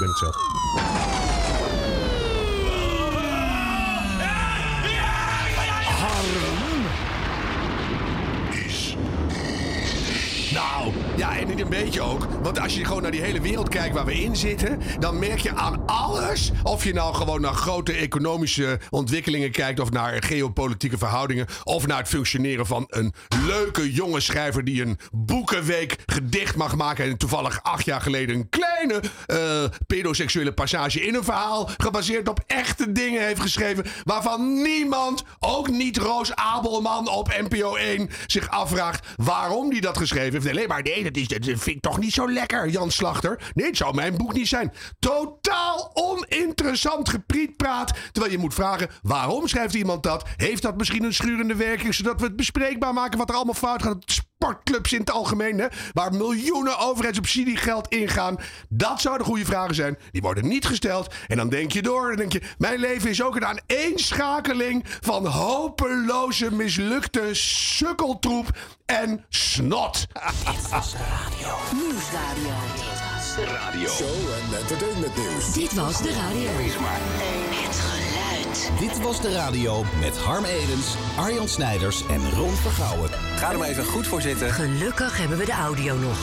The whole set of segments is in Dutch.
ben het zelf. Nou, ja, en niet een beetje ook. Want als je gewoon naar die hele wereld kijkt waar we in zitten, dan merk je aan alles, of je nou gewoon naar grote economische ontwikkelingen kijkt, of naar geopolitieke verhoudingen, of naar het functioneren van een leuke jonge schrijver die een boekenweek gedicht mag maken en toevallig 8 jaar geleden een kleine pedoseksuele passage in een verhaal gebaseerd op echte dingen heeft geschreven, waarvan niemand, ook niet Roos Abelman op NPO 1, zich afvraagt waarom die dat geschreven heeft. Nee, maar nee, dat vind ik toch niet zo lekker, Jan Slachter. Nee, het zou mijn boek niet zijn. Totaal oninteressant geprietpraat. Terwijl je moet vragen, waarom schrijft iemand dat? Heeft dat misschien een schurende werking, zodat we het bespreekbaar maken wat er allemaal fout gaat? Sportclubs in het algemeen, hè, waar miljoenen overheidssubsidiegeld ingaan. Dat zouden goede vragen zijn. Die worden niet gesteld. En dan denk je door. Dan denk je, mijn leven is ook een aaneenschakeling van hopeloze, mislukte sukkeltroep en snot. Dit was de radio. Nieuwsradio. Dit was de radio. Show en entertainment nieuws. Dit was de radio. Er is maar één. Het geluid. Dit was de radio met Harm Edens, Arjan Snijders en Ron Vergouwen. Ga er maar even goed voor zitten. Gelukkig hebben we de audio nog.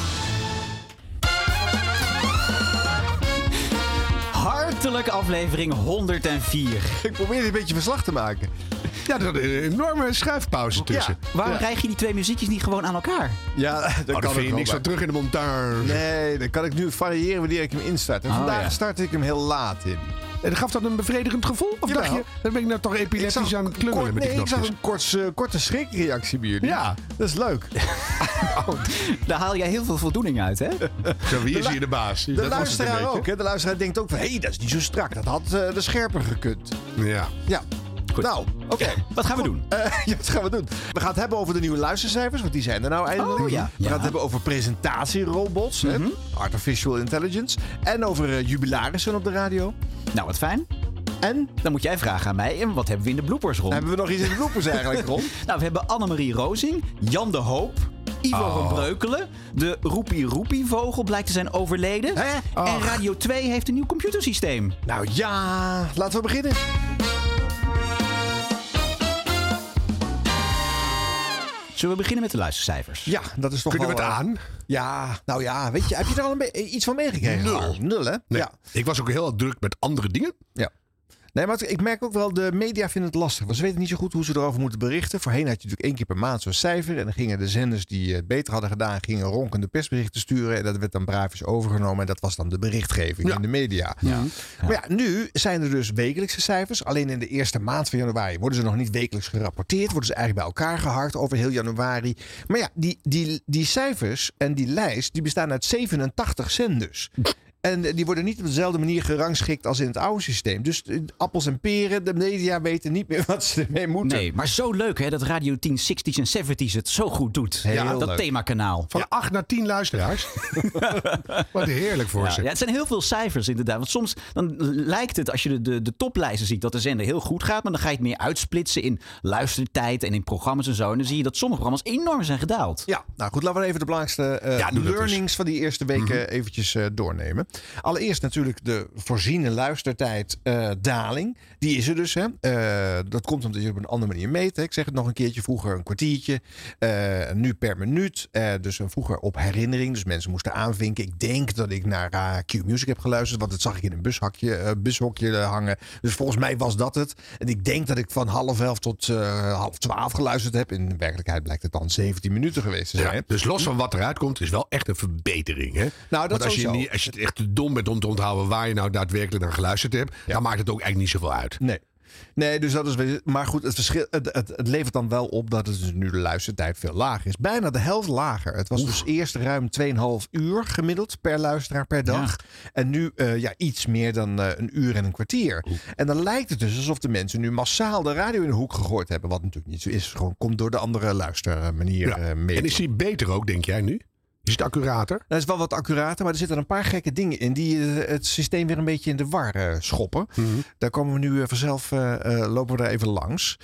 Hartelijk aflevering 104. Ik probeer een beetje verslag te maken. Ja, er is een enorme schuifpauze tussen. Ja. Waarom krijg je die twee muziekjes niet gewoon aan elkaar? Ja, Daar kan vind je ik niks van terug in de montage. Nee, dan kan ik nu variëren wanneer ik hem instart. En vandaag startte ik hem heel laat in. En gaf dat een bevredigend gevoel? Of dacht je, dan ben ik nou toch epileptisch aan het klungelen met die knopjes? Ik zag een korte schrikreactie bij jullie. Ja. Dat is leuk. Daar haal jij heel veel voldoening uit, hè? Zo, wie is hier de baas? De luisteraar ook, hè? De luisteraar denkt ook van, hé, dat is niet zo strak. Dat had de scherper gekund. Ja. Ja. Goed. Nou, oké. Wat gaan we doen? Ja, wat gaan we doen? We gaan het hebben over de nieuwe luistercijfers, want die zijn er nou eindelijk. Oh, ja. We gaan het hebben over presentatierobots, hè? Artificial intelligence. En over jubilarissen op de radio. Nou, wat fijn. En Dan moet jij vragen aan mij. En wat hebben we in de bloopers, Ron? hebben we nog iets in de bloopers eigenlijk, Ron? Nou, we hebben Annemarie Rozing, Jan de Hoop, Ivo van Breukelen. De Roepie-Roepie-vogel blijkt te zijn overleden. Hè? En Radio 2 heeft een nieuw computersysteem. Nou ja, laten we beginnen. Zullen we beginnen met de luistercijfers? Ja, dat is toch Kunnen we wel, het aan? Ja, nou ja, weet je, heb je er al iets van meegekregen? Nul. Nul, hè? Nee. Ja. Ik was ook heel druk met andere dingen. Ja. Nee, maar ik merk ook wel, de media vinden het lastig. Want ze weten niet zo goed hoe ze erover moeten berichten. Voorheen had je natuurlijk 1 keer per maand zo'n cijfer. En dan gingen de zenders die het beter hadden gedaan, gingen ronkende persberichten sturen. En dat werd dan braafjes overgenomen. En dat was dan de berichtgeving in de media. Ja. Maar ja, nu zijn er dus wekelijkse cijfers. Alleen in de eerste maand van januari worden ze nog niet wekelijks gerapporteerd. Worden ze eigenlijk bij elkaar geharkt over heel januari. Maar ja, die cijfers en die lijst, die bestaan uit 87 zenders. En die worden niet op dezelfde manier gerangschikt als in het oude systeem. Dus appels en peren, de media weten niet meer wat ze ermee moeten. Nee, maar zo leuk hè, dat Radio 10 60s en 70s het zo goed doet. Heel dat leuk. themakanaal. Van 8 naar 10 luisteraars. Wat heerlijk voor ze. Ja, het zijn heel veel cijfers inderdaad. Want soms dan lijkt het, als je de toplijsten ziet, dat de zender heel goed gaat. Maar dan ga je het meer uitsplitsen in luistertijd en in programma's en zo. En dan zie je dat sommige programma's enorm zijn gedaald. Ja, nou goed, laten we even de belangrijkste doe dat learnings van die eerste weken eventjes doornemen. Allereerst natuurlijk de voorziene luistertijd daling. Die is er dus. Hè. Dat komt omdat je op een andere manier meet. Hè. Ik zeg het nog een keertje. Vroeger een kwartiertje. Nu per minuut. Dus vroeger op herinnering. Dus mensen moesten aanvinken. Ik denk dat ik naar Q-Music heb geluisterd. Want dat zag ik in een bushokje hangen. Dus volgens mij was dat het. En ik denk dat ik van 11:30 tot 11:30 geluisterd heb. In werkelijkheid blijkt het dan 17 minuten geweest te zijn. Ja, dus los van wat eruit komt, is wel echt een verbetering. Hè? Nou, dat Want als je, sowieso. als je het echt te dom bent om te onthouden waar je nou daadwerkelijk naar geluisterd hebt, dan maakt het ook eigenlijk niet zoveel uit. Nee, dus dat is. Maar goed, het verschil. Het levert dan wel op dat het dus nu de luistertijd veel lager is. Bijna de helft lager. Het was dus eerst ruim 2,5 uur gemiddeld per luisteraar per dag. Ja. En nu iets meer dan een uur en een kwartier. En dan lijkt het dus alsof de mensen nu massaal de radio in de hoek gegooid hebben. Wat natuurlijk niet zo is. Gewoon komt door de andere luistermanier mee. En is die beter ook, denk jij nu? Is het accurater? Dat is wel wat accurater, maar er zitten een paar gekke dingen in die het systeem weer een beetje in de war schoppen. Mm-hmm. Daar komen we nu vanzelf, lopen we daar even langs.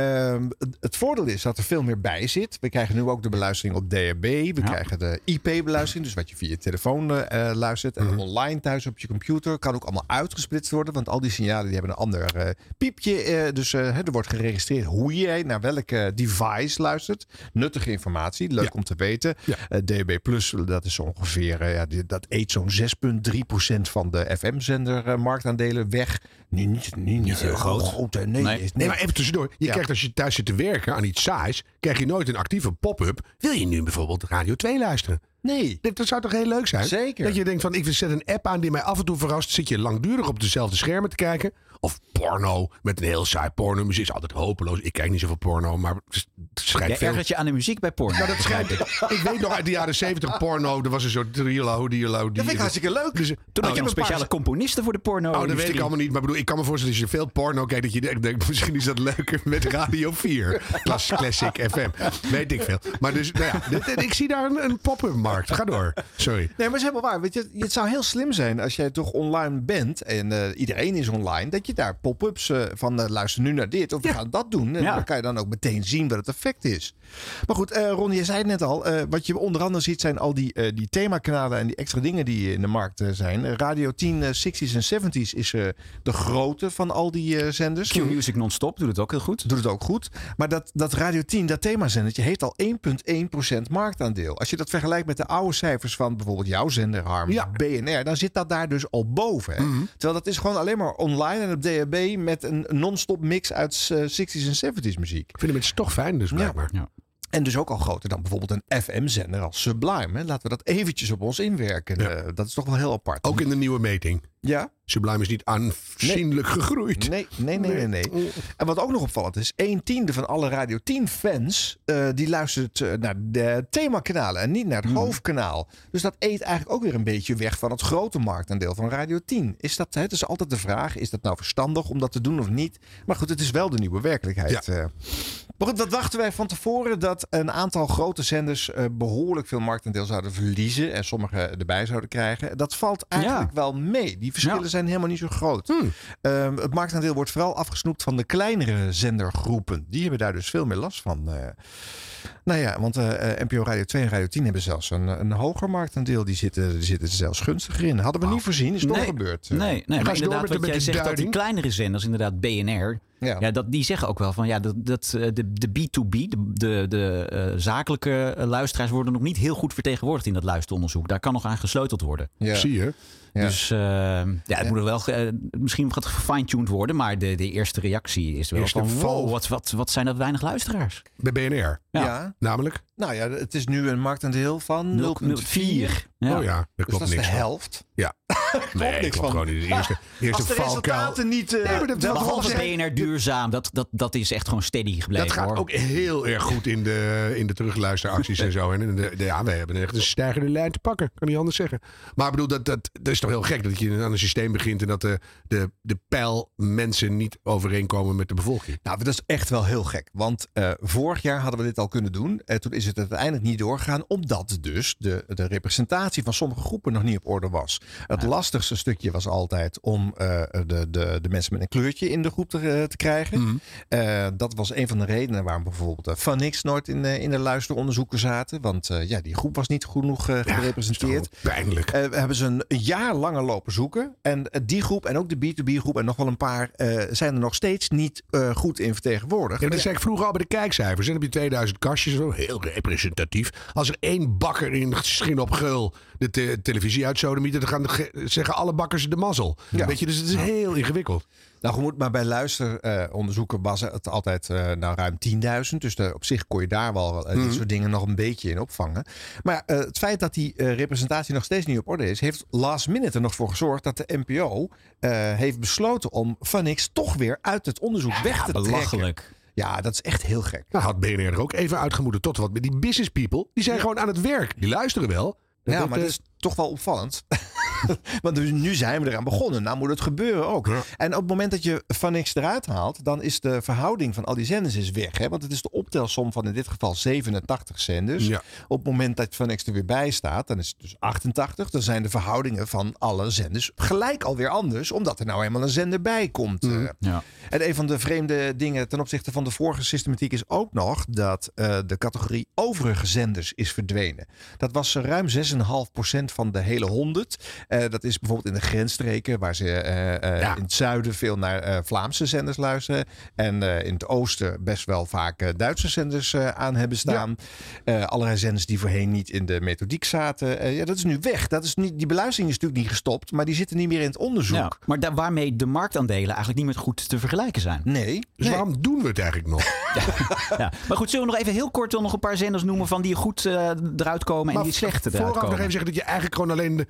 Het voordeel is dat er veel meer bij zit. We krijgen nu ook de beluistering op DAB. We krijgen de IP-beluistering, dus wat je via je telefoon luistert. En online thuis op je computer. Kan ook allemaal uitgesplitst worden, want al die signalen die hebben een ander piepje. Dus er wordt geregistreerd hoe jij naar welke device luistert. Nuttige informatie, leuk om te weten. Ja. DAB+, dat is ongeveer, dat eet zo'n 6,3% van de FM-zender marktaandelen weg. Niet heel groot. Nee, maar even tussendoor. Je krijgt als je thuis zit te werken aan iets saais, krijg je nooit een actieve pop-up. Wil je nu bijvoorbeeld Radio 2 luisteren? Nee. Dat zou toch heel leuk zijn? Zeker. Dat je denkt van, ik zet een app aan die mij af en toe verrast. Zit je langdurig op dezelfde schermen te kijken. Of porno met een heel saai porno. Muziek is altijd hopeloos. Ik kijk niet zoveel porno, maar het schijnt Jij veel. ergert je aan de muziek bij porno. Nou, dat schijnt. Ik weet nog uit de jaren 70 porno. Er was een soort dialo. Dat vind ik hartstikke leuk. Dus, Toen had je nog speciale componisten voor de porno. Oh, dat weet ik allemaal niet. Maar bedoel, ik kan me voorstellen als je veel porno kijkt, dat je denkt, misschien is dat leuker met Radio 4. Classic FM. Weet ik veel. Maar dus, nou ja, ik zie daar een pop-up markt. Ga door. Sorry. Nee, maar het is helemaal waar. Weet je, het zou heel slim zijn als jij toch online bent en iedereen is online, dat je daar pop-ups van luister nu naar dit of we gaan dat doen. En dan kan je dan ook meteen zien wat het effect is. Maar goed, Ron, je zei het net al. Wat je onder andere ziet zijn al die themakanalen en die extra dingen die in de markt zijn. Radio 10 60s en 70s is de grote van al die zenders. Q-Music non-stop doet het ook heel goed. Doet het ook goed. Maar dat Radio 10, dat themazendertje, heeft al 1,1% marktaandeel. Als je dat vergelijkt met de oude cijfers van bijvoorbeeld jouw zender, Harm, BNR, dan zit dat daar dus al boven. Hè? Terwijl dat is gewoon alleen maar online en op DHB met een non-stop mix uit 60s en 70s muziek. Ik vind het toch fijn dus blijkbaar. Ja. En dus ook al groter dan bijvoorbeeld een FM-zender als Sublime. Hè? Laten we dat eventjes op ons inwerken. Ja. Dat is toch wel heel apart. Ook in de nieuwe meting. Ja? Sublime is niet aanzienlijk gegroeid. Nee. En wat ook nog opvallend is, 1/10 van alle Radio 10 fans die luistert naar de themakanalen en niet naar het hoofdkanaal. Dus dat eet eigenlijk ook weer een beetje weg van het grote marktaandeel van Radio 10. Is dat, het is altijd de vraag, is dat nou verstandig om dat te doen of niet? Maar goed, het is wel de nieuwe werkelijkheid. Ja. Maar goed, wat wachten wij van tevoren? Dat een aantal grote zenders behoorlijk veel marktaandeel zouden verliezen en sommige erbij zouden krijgen. Dat valt eigenlijk wel mee. Die verschillen zijn helemaal niet zo groot. Het marktaandeel wordt vooral afgesnoept van de kleinere zendergroepen. Die hebben daar dus veel meer last van. Nou ja, want NPO Radio 2 en Radio 10 hebben zelfs een hoger marktaandeel. Die zitten er zelfs gunstiger in. Hadden we niet voorzien, is toch gebeurd. Nee, maar eens door inderdaad met wat jij de zegt, dat die duiding. kleinere zenders, inderdaad BNR... Ja, die zeggen ook wel van de B2B, de zakelijke luisteraars worden nog niet heel goed vertegenwoordigd in dat luisteronderzoek. Daar kan nog aan gesleuteld worden. Ja. Zie je? Ja. Dus het moet er wel misschien wat gefine-tuned worden, maar de eerste reactie is wel Eerste van val. wow, wat zijn dat weinig luisteraars. Bij BNR. Ja. Namelijk? Nou ja, het is nu een marktaandeel van 0,4. Ja. Oh ja, daar Dus klopt dat is niks de van. helft. Ja. Nee, niks klopt van. gewoon niet. De eerste Als de valkuil. resultaten niet... Behalve BNR duurzaam, dat is echt gewoon steady gebleven. Dat gaat hoor. ook heel erg goed in de terugluisteracties en zo. En we hebben echt een stijgende lijn te pakken. Kan niet anders zeggen. Maar ik bedoel, dat is toch heel gek dat je aan een systeem begint en dat de pijl mensen niet overeenkomen met de bevolking. Nou, dat is echt wel heel gek. Want vorig jaar hadden we dit al kunnen doen. Toen is het uiteindelijk niet doorgegaan. Omdat dus de representatie van sommige groepen nog niet op orde was. Het lastigste stukje was altijd om de mensen met een kleurtje in de groep te krijgen. Dat was een van de redenen waarom bijvoorbeeld Funix nooit in de luisteronderzoeken zaten. Want die groep was niet genoeg gerepresenteerd. Pijnlijk. Hebben ze een jaar langer lopen zoeken. En die groep en ook de B2B groep en nog wel een paar zijn er nog steeds niet goed in vertegenwoordigd. Ja, dat zei ik vroeger al bij de kijkcijfers. Dan heb je 2000 kastjes, zo heel representatief. Als er één bakker in Schin op Geul de televisie uitsodemieten, dan gaan zeggen alle bakkers de mazzel. Ja. Weet je, dus het is heel ingewikkeld. Nou goed, maar bij luisteronderzoeken was het altijd ruim 10.000. Dus op zich kon je daar wel dit soort dingen nog een beetje in opvangen. Maar het feit dat die representatie nog steeds niet op orde is, heeft last minute er nog voor gezorgd dat de NPO heeft besloten om Funix toch weer uit het onderzoek weg te trekken. Belachelijk. Ja, dat is echt heel gek. Nou had BNR er ook even uitgemoeten tot wat met die business people. Die zijn gewoon aan het werk. Die luisteren wel. Ja, maar dat is toch wel opvallend. Want dus nu zijn we eraan begonnen. Nou moet het gebeuren ook. Ja. En op het moment dat je Phonics eruit haalt, dan is de verhouding van al die zenders is weg. Hè? Want het is de optelsom van in dit geval 87 zenders. Ja. Op het moment dat Phonics er weer bij staat, dan is het dus 88. Dan zijn de verhoudingen van alle zenders gelijk alweer anders. Omdat er nou eenmaal een zender bij komt. Ja. En een van de vreemde dingen ten opzichte van de vorige systematiek is ook nog dat de categorie overige zenders is verdwenen. Dat was ruim 6,5% van de hele 100. Dat is bijvoorbeeld in de grensstreken waar ze in het zuiden veel naar Vlaamse zenders luisteren. En in het oosten best wel vaak Duitse zenders aan hebben staan. Allerlei zenders die voorheen niet in de methodiek zaten. Dat is nu weg. Dat is niet, die beluistering is natuurlijk niet gestopt, maar die zitten niet meer in het onderzoek. Ja, maar waarmee de marktaandelen eigenlijk niet meer goed te vergelijken zijn. Nee. Dus waarom doen we het eigenlijk nog? Ja. Maar goed, zullen we nog even heel kort nog een paar zenders noemen van die goed eruit komen en die slecht eruit vooraf komen? nog even zeggen dat je eigenlijk gewoon alleen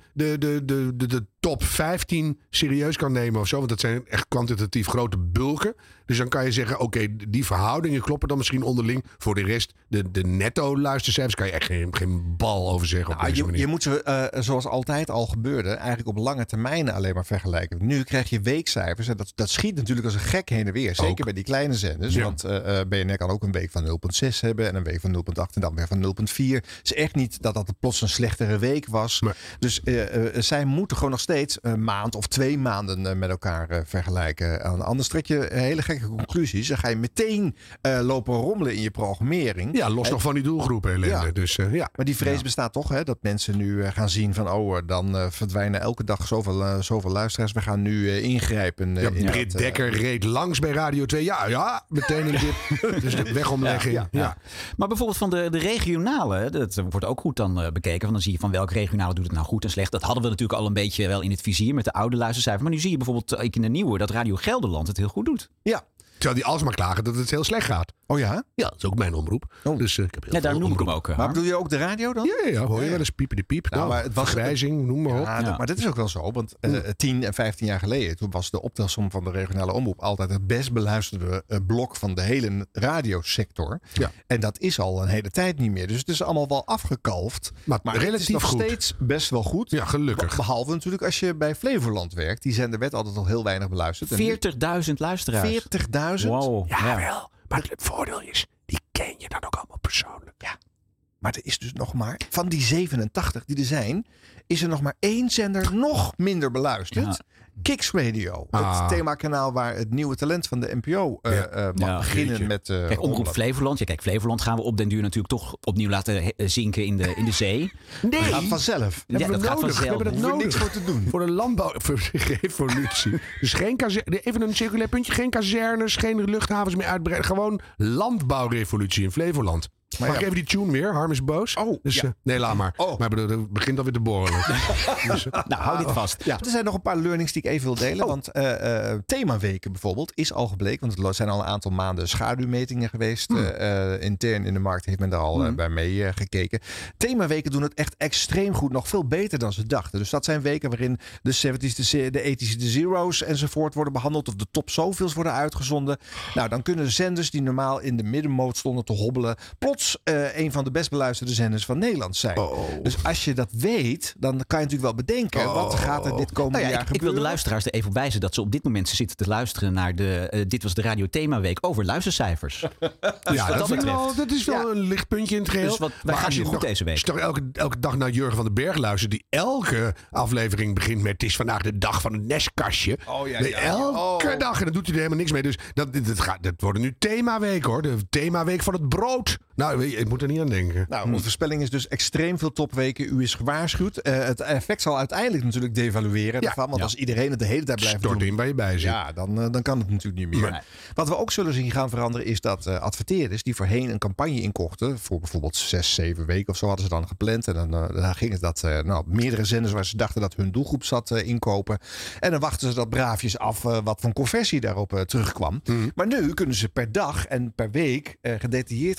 de top 15 serieus kan nemen of zo. Want dat zijn echt kwantitatief grote bulken. Dus dan kan je zeggen, oké, die verhoudingen kloppen dan misschien onderling. Voor de rest, de netto luistercijfers kan je echt geen bal over zeggen op deze manier. Je moet ze, zoals altijd al gebeurde, eigenlijk op lange termijnen alleen maar vergelijken. Nu krijg je weekcijfers en dat schiet natuurlijk als een gek heen en weer. Zeker bij die kleine zenders. Ja. Want BNR kan ook een week van 0,6 hebben en een week van 0,8 en dan weer van 0,4. Het is echt niet dat plots een slechtere week was. Nee. Dus zij moeten gewoon nog steeds een maand of 2 maanden met elkaar vergelijken. Anders trek je hele gekke conclusies. Dan ga je meteen lopen rommelen in je programmering. Ja, los nog van die doelgroepen ellende. Ja. Dus Maar die vrees bestaat toch, hè? Dat mensen nu gaan zien van dan verdwijnen elke dag zoveel luisteraars. We gaan nu ingrijpen. in Britt dat, Dekker reed langs bij Radio 2. Ja, meteen een dip. Dus de wegomlegging. Ja. Maar bijvoorbeeld van de regionale, dat wordt ook goed dan bekeken. Want dan zie je van welke regionale doet het nou goed en slecht. Dat hadden we natuurlijk al een beetje wel in het vizier met de oude luistercijfers. Maar nu zie je bijvoorbeeld in de nieuwe dat Radio Gelderland het heel goed doet. Ja. Terwijl die alsmaar klagen dat het heel slecht gaat. Oh ja? Ja, dat is ook mijn omroep. Oh. Dus ik heb heel Ja, daar veel noem ik hem omroep. ook. Maar bedoel je ook de radio dan? Ja, hoor je wel eens piepen de piep. Nou, maar het was vergrijzing, noem maar op. Ja, maar dit is ook wel zo. Want 10 en 15 jaar geleden, toen was de optelsom van de regionale omroep altijd het best beluisterde blok van de hele radiosector. Ja. En dat is al een hele tijd niet meer. Dus het is allemaal wel afgekalfd. Maar het is relatief nog goed. steeds best wel goed. Ja, gelukkig. Behalve natuurlijk als je bij Flevoland werkt. Die zender werd altijd al heel weinig beluisterd. En nu 40.000 luisteraars. 40.000? Wow. Ja, wel. Maar het voordeel is, die ken je dan ook allemaal persoonlijk. Ja. Maar er is dus nog maar, van die 87 die er zijn, is er nog maar 1 zender nog minder beluisterd. Ja. Kicks Radio. Ah. Het themakanaal waar het nieuwe talent van de NPO mag beginnen jeetje. met... Kijk, Omroep Flevoland. Ja, kijk, Flevoland gaan we op den duur natuurlijk toch opnieuw laten zinken in de zee. Nee, gaat vanzelf. Ja, hebben dat we gaat nodig. We vanzelf. hebben dat Hoeven nodig. niks voor te doen. Voor de landbouwrevolutie. Dus geen even een circulair puntje. Geen kazernes, geen luchthavens meer uitbreiden. Gewoon landbouwrevolutie in Flevoland. Maar Mag ja. ik even die tune weer? Harm is boos. Oh, Dus, ja. nee, laat maar. Oh. Maar het begint alweer te borrelen. Dus, Nou, hou dit vast. Ja. Er zijn nog een paar learnings die ik even wil delen. Want themaweken bijvoorbeeld is al gebleken. Want er zijn al een aantal maanden schaduwmetingen geweest. Intern in de markt heeft men daar al bij mee gekeken. Themaweken doen het echt extreem goed. Nog veel beter dan ze dachten. Dus dat zijn weken waarin de 70's, de 80's, de zero's enzovoort worden behandeld. Of de top zoveels worden uitgezonden. Nou, dan kunnen zenders die normaal in de middenmoot stonden te hobbelen. Plots een van de best beluisterde zenders van Nederland zijn. Dus als je dat weet, dan kan je natuurlijk wel bedenken. Wat gaat er dit komende Nou ja, jaar ik wil gebeuren? de luisteraars er even op wijzen dat ze op dit moment zitten te luisteren naar Dit was de Radio Themaweek over luistercijfers. ja, wat dat vind ik betreft. dat is wel een lichtpuntje in het geheel. Dus wij Maar gaan als nu je goed nog- deze week. Als je toch elke dag naar Jurgen van den Berg luistert, die elke aflevering begint met: het is vandaag de dag van het nestkastje. Oh, ja, Nee, ja. elke Oh. dag. En dan doet hij er helemaal niks mee. Dus dat worden nu themaweek hoor. De themaweek van het brood. Nou, weet je, ik moet er niet aan denken. Nou, onze voorspelling is dus extreem veel topweken. U is gewaarschuwd. Het effect zal uiteindelijk natuurlijk devalueren. Ja. Daarvan, want als iedereen het de hele tijd blijft Stort doen, in waar je bij zit. ja, dan kan het natuurlijk niet meer. Nee. Wat we ook zullen zien gaan veranderen is dat adverteerders die voorheen een campagne inkochten, voor bijvoorbeeld 6, 7 weken of zo hadden ze dan gepland. En dan ging het dat meerdere zenders waar ze dachten dat hun doelgroep zat inkopen. En dan wachten ze dat braafjes af wat van conversie daarop terugkwam. Maar nu kunnen ze per dag en per week gedetailleerd gaan zien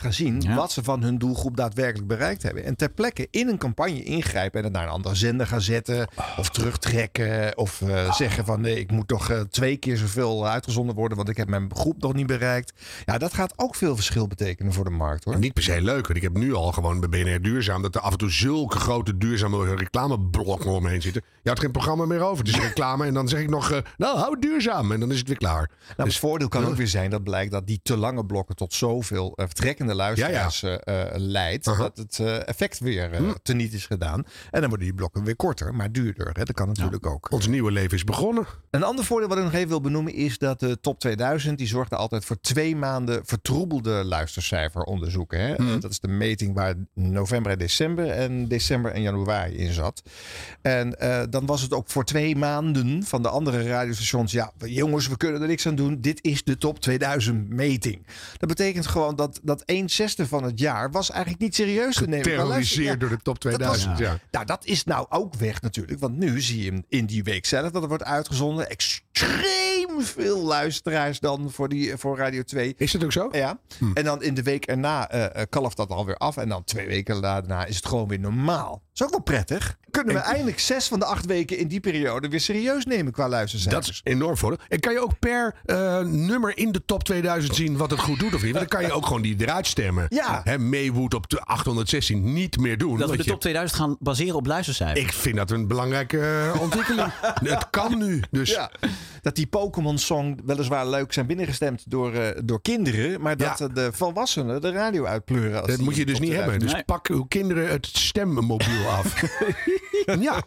wat ze van hun doelgroep daadwerkelijk bereikt hebben. En ter plekke in een campagne ingrijpen en het naar een andere zender gaan zetten. Of terugtrekken. Of zeggen van nee, ik moet toch 2 keer zoveel uitgezonden worden, want ik heb mijn groep nog niet bereikt. Ja, dat gaat ook veel verschil betekenen voor de markt, hoor. En niet per se leuk. Want ik heb nu al gewoon bij BNR Duurzaam dat er af en toe zulke grote duurzame reclameblokken omheen zitten. Je had geen programma meer over. Het is reclame en dan zeg ik nog, hou het duurzaam. En dan is het weer klaar. Nou, het voordeel kan ook weer zijn dat blijkt dat die te lange blokken tot zoveel vertrekkende luisteraars leidt. Dat het effect weer teniet is gedaan. En dan worden die blokken weer korter, maar duurder. Hè? Dat kan natuurlijk ook. Ons nieuwe leven is begonnen. Een ander voordeel wat ik nog even wil benoemen is dat de top 2000 die zorgde altijd voor 2 maanden vertroebelde luistercijferonderzoeken. Hè? Dat is de meting waar november en december en januari in zat. En dan was het ook voor 2 maanden van de andere radiostations. Ja, jongens, we kunnen er niks aan doen. Dit is de top 2000 meting. Dat betekent gewoon dat 1/6 van het jaar was eigenlijk niet serieus te nemen. Terroriseerd door de top 2000. Nou, dat is nou ook weg natuurlijk. Want nu zie je in die week zelf dat er wordt uitgezonden. Extreem veel luisteraars dan voor Radio 2. Is het ook zo? Ja. En dan in de week erna kalft dat alweer af. En dan 2 weken daarna is het gewoon weer normaal. Dat is ook wel prettig. Kunnen we eindelijk 6 van de 8 weken in die periode weer serieus nemen qua luistercijfers. Dat is enorm voordeel. En kan je ook per nummer in de top 2000 zien wat het goed doet of niet? Want dan kan je ook gewoon die eruit stemmen. Ja. Maywood op de 816 niet meer doen. Dat we de top 2000 gaan baseren op luistercijfers. Ik vind dat een belangrijke ontwikkeling. Het kan nu. Dus. Ja. Dat die Pokémon-song weliswaar leuk zijn binnengestemd door kinderen. Maar dat de volwassenen de radio uitpleuren. Dat moet je dus niet hebben. Dus pak uw kinderen het stemmobiel af. Ja.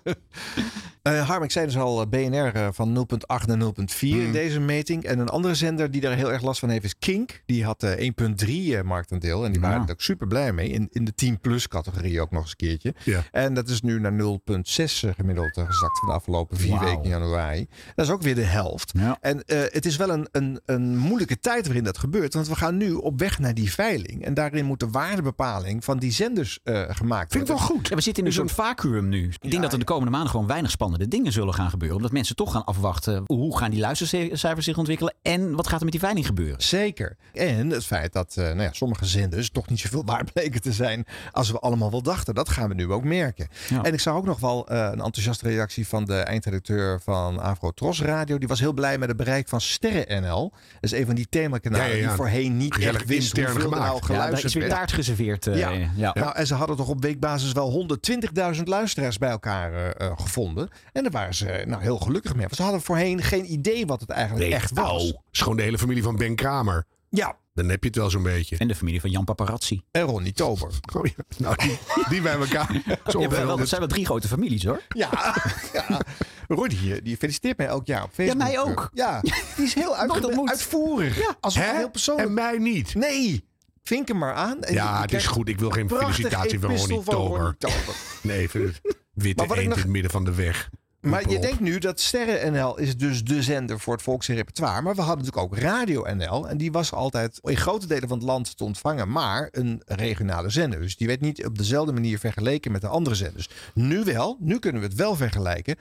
Harm, ik zei dus al BNR van 0,8 naar 0,4 in deze meting. En een andere zender die daar heel erg last van heeft is Kink. Die had 1,3 marktaandeel. En die waren er ook super blij mee. In de 10+ categorie ook nog eens een keertje. Ja. En dat is nu naar 0,6 gemiddeld gezakt van de afgelopen 4 weken in januari. Dat is ook weer de helft. Ja. En het is wel een moeilijke tijd waarin dat gebeurt. Want we gaan nu op weg naar die veiling. En daarin moet de waardebepaling van die zenders gemaakt worden. Vind ik wel goed. Ja, we zitten in een soort vacuüm nu. Ik denk dat er de komende maanden gewoon weinig spannende dingen zullen gaan gebeuren. Omdat mensen toch gaan afwachten. Hoe gaan die luistercijfers zich ontwikkelen? En wat gaat er met die veiling gebeuren? Zeker. En het feit dat sommige zenders toch niet zoveel waard bleken te zijn als we allemaal wel dachten. Dat gaan we nu ook merken. Ja. En ik zag ook nog wel een enthousiaste reactie van de eindredacteur van Afro-Tros Radio. Die was heel blij met het bereik van Sterren NL. Dat is een van die themakanalen die voorheen niet echt wist hoeveel er al geluisterd is weer taart geserveerd. Nou, en ze hadden toch op weekbasis wel 120.000 luisteraars bij elkaar gevonden. En daar waren ze heel gelukkig mee. Want ze hadden voorheen geen idee wat het eigenlijk echt was. Het is gewoon de hele familie van Ben Kramer. Ja. Dan heb je het wel zo'n beetje. En de familie van Jan Paparazzi. En Ronnie Tober. Oh ja. Nou, die bij elkaar. Dat zijn wel 3 grote families, hoor. Ja. Ronnie, die feliciteert mij elk jaar op Facebook. Ja, mij ook. Ja, die is heel uitvoerig. Ja, als heel persoonlijk. En mij niet. Nee. Vink hem maar aan. En het is goed. Ik wil geen felicitatie van Ronnie Tober. Nee, witte eend in het midden van de weg. Maar je denkt nu dat Sterren NL is dus de zender voor het volksrepertoire. Maar we hadden natuurlijk ook Radio NL. En die was altijd in grote delen van het land te ontvangen. Maar een regionale zender. Dus die werd niet op dezelfde manier vergeleken met de andere zenders. Nu wel. Nu kunnen we het wel vergelijken.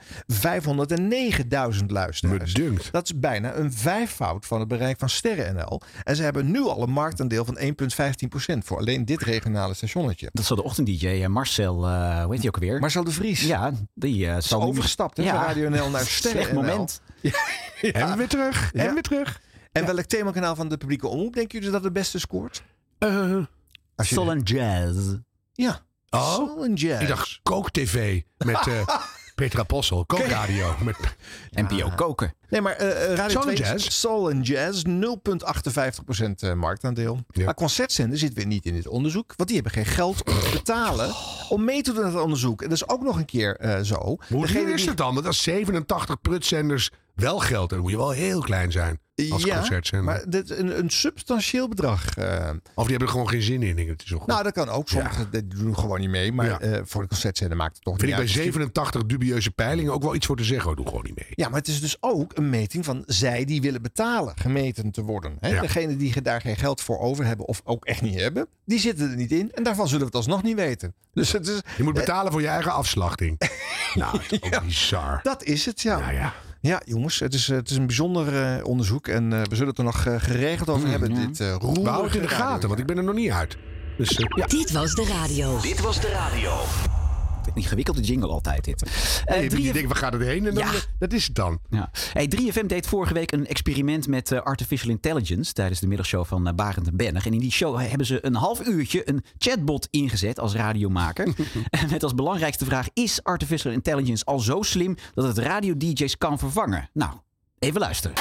509.000 luisteraars. Dat is bijna een 5-fout van het bereik van Sterren NL. En ze hebben nu al een marktaandeel van 1,15% voor alleen dit regionale stationnetje. Dat zal de ochtend-dj Marcel, hoe heet die ook weer? Marcel de Vries. Ja, die zal overgestapt. Van Radio NL naar Sterren Slecht moment. En weer terug. En weer terug. En welk themakanaal van de publieke omroep denken jullie dat het beste scoort? Soul and Jazz. Ja. Soul and Jazz. Ik dacht Kook-TV met Petra Possel. Kookradio. Met NPO Koken. Nee, maar Radio 2 Soul and Jazz 0,58% marktaandeel. Ja. Maar concertzender zit weer niet in dit onderzoek. Want die hebben geen geld om te betalen om mee te doen aan het onderzoek. En dat is ook nog een keer zo. Hoe is het dan? Want als 87 prutzenders wel geld, dan moet je wel heel klein zijn. Als concertzender. Maar dit een substantieel bedrag. Of die hebben er gewoon geen zin in. Het is nou, dat kan ook. Sommigen doen gewoon niet mee. Maar voor de concertzender maakt het toch niet uit. Vind ik bij 87 dubieuze peilingen ook wel iets voor te zeggen. Doe gewoon niet mee. Ja, maar het is dus ook een meting van zij die willen betalen gemeten te worden. Hè? Ja. Degene die daar geen geld voor over hebben of ook echt niet hebben, die zitten er niet in. En daarvan zullen we het alsnog niet weten. Dus het is, je moet betalen voor je eigen afslachting. Nou, dat is ook bizar. Dat is het, ja. Ja, jongens, het is een bijzonder onderzoek. En we zullen het er nog geregeld over hebben. Dit we houden het in de gaten, want ik ben er nog niet uit. Dus, ja. Dit was de radio. Dit was de radio. Een ingewikkelde jingle altijd dit. Je denkt, waar gaat het heen? En dan, dat is het dan. Ja. Hey, 3FM deed vorige week een experiment met artificial intelligence tijdens de middagshow van Barend en Bennig. En in die show hebben ze een half uurtje een chatbot ingezet als radiomaker. Met als belangrijkste vraag: is artificial intelligence al zo slim dat het radio-dj's kan vervangen? Nou, even luisteren.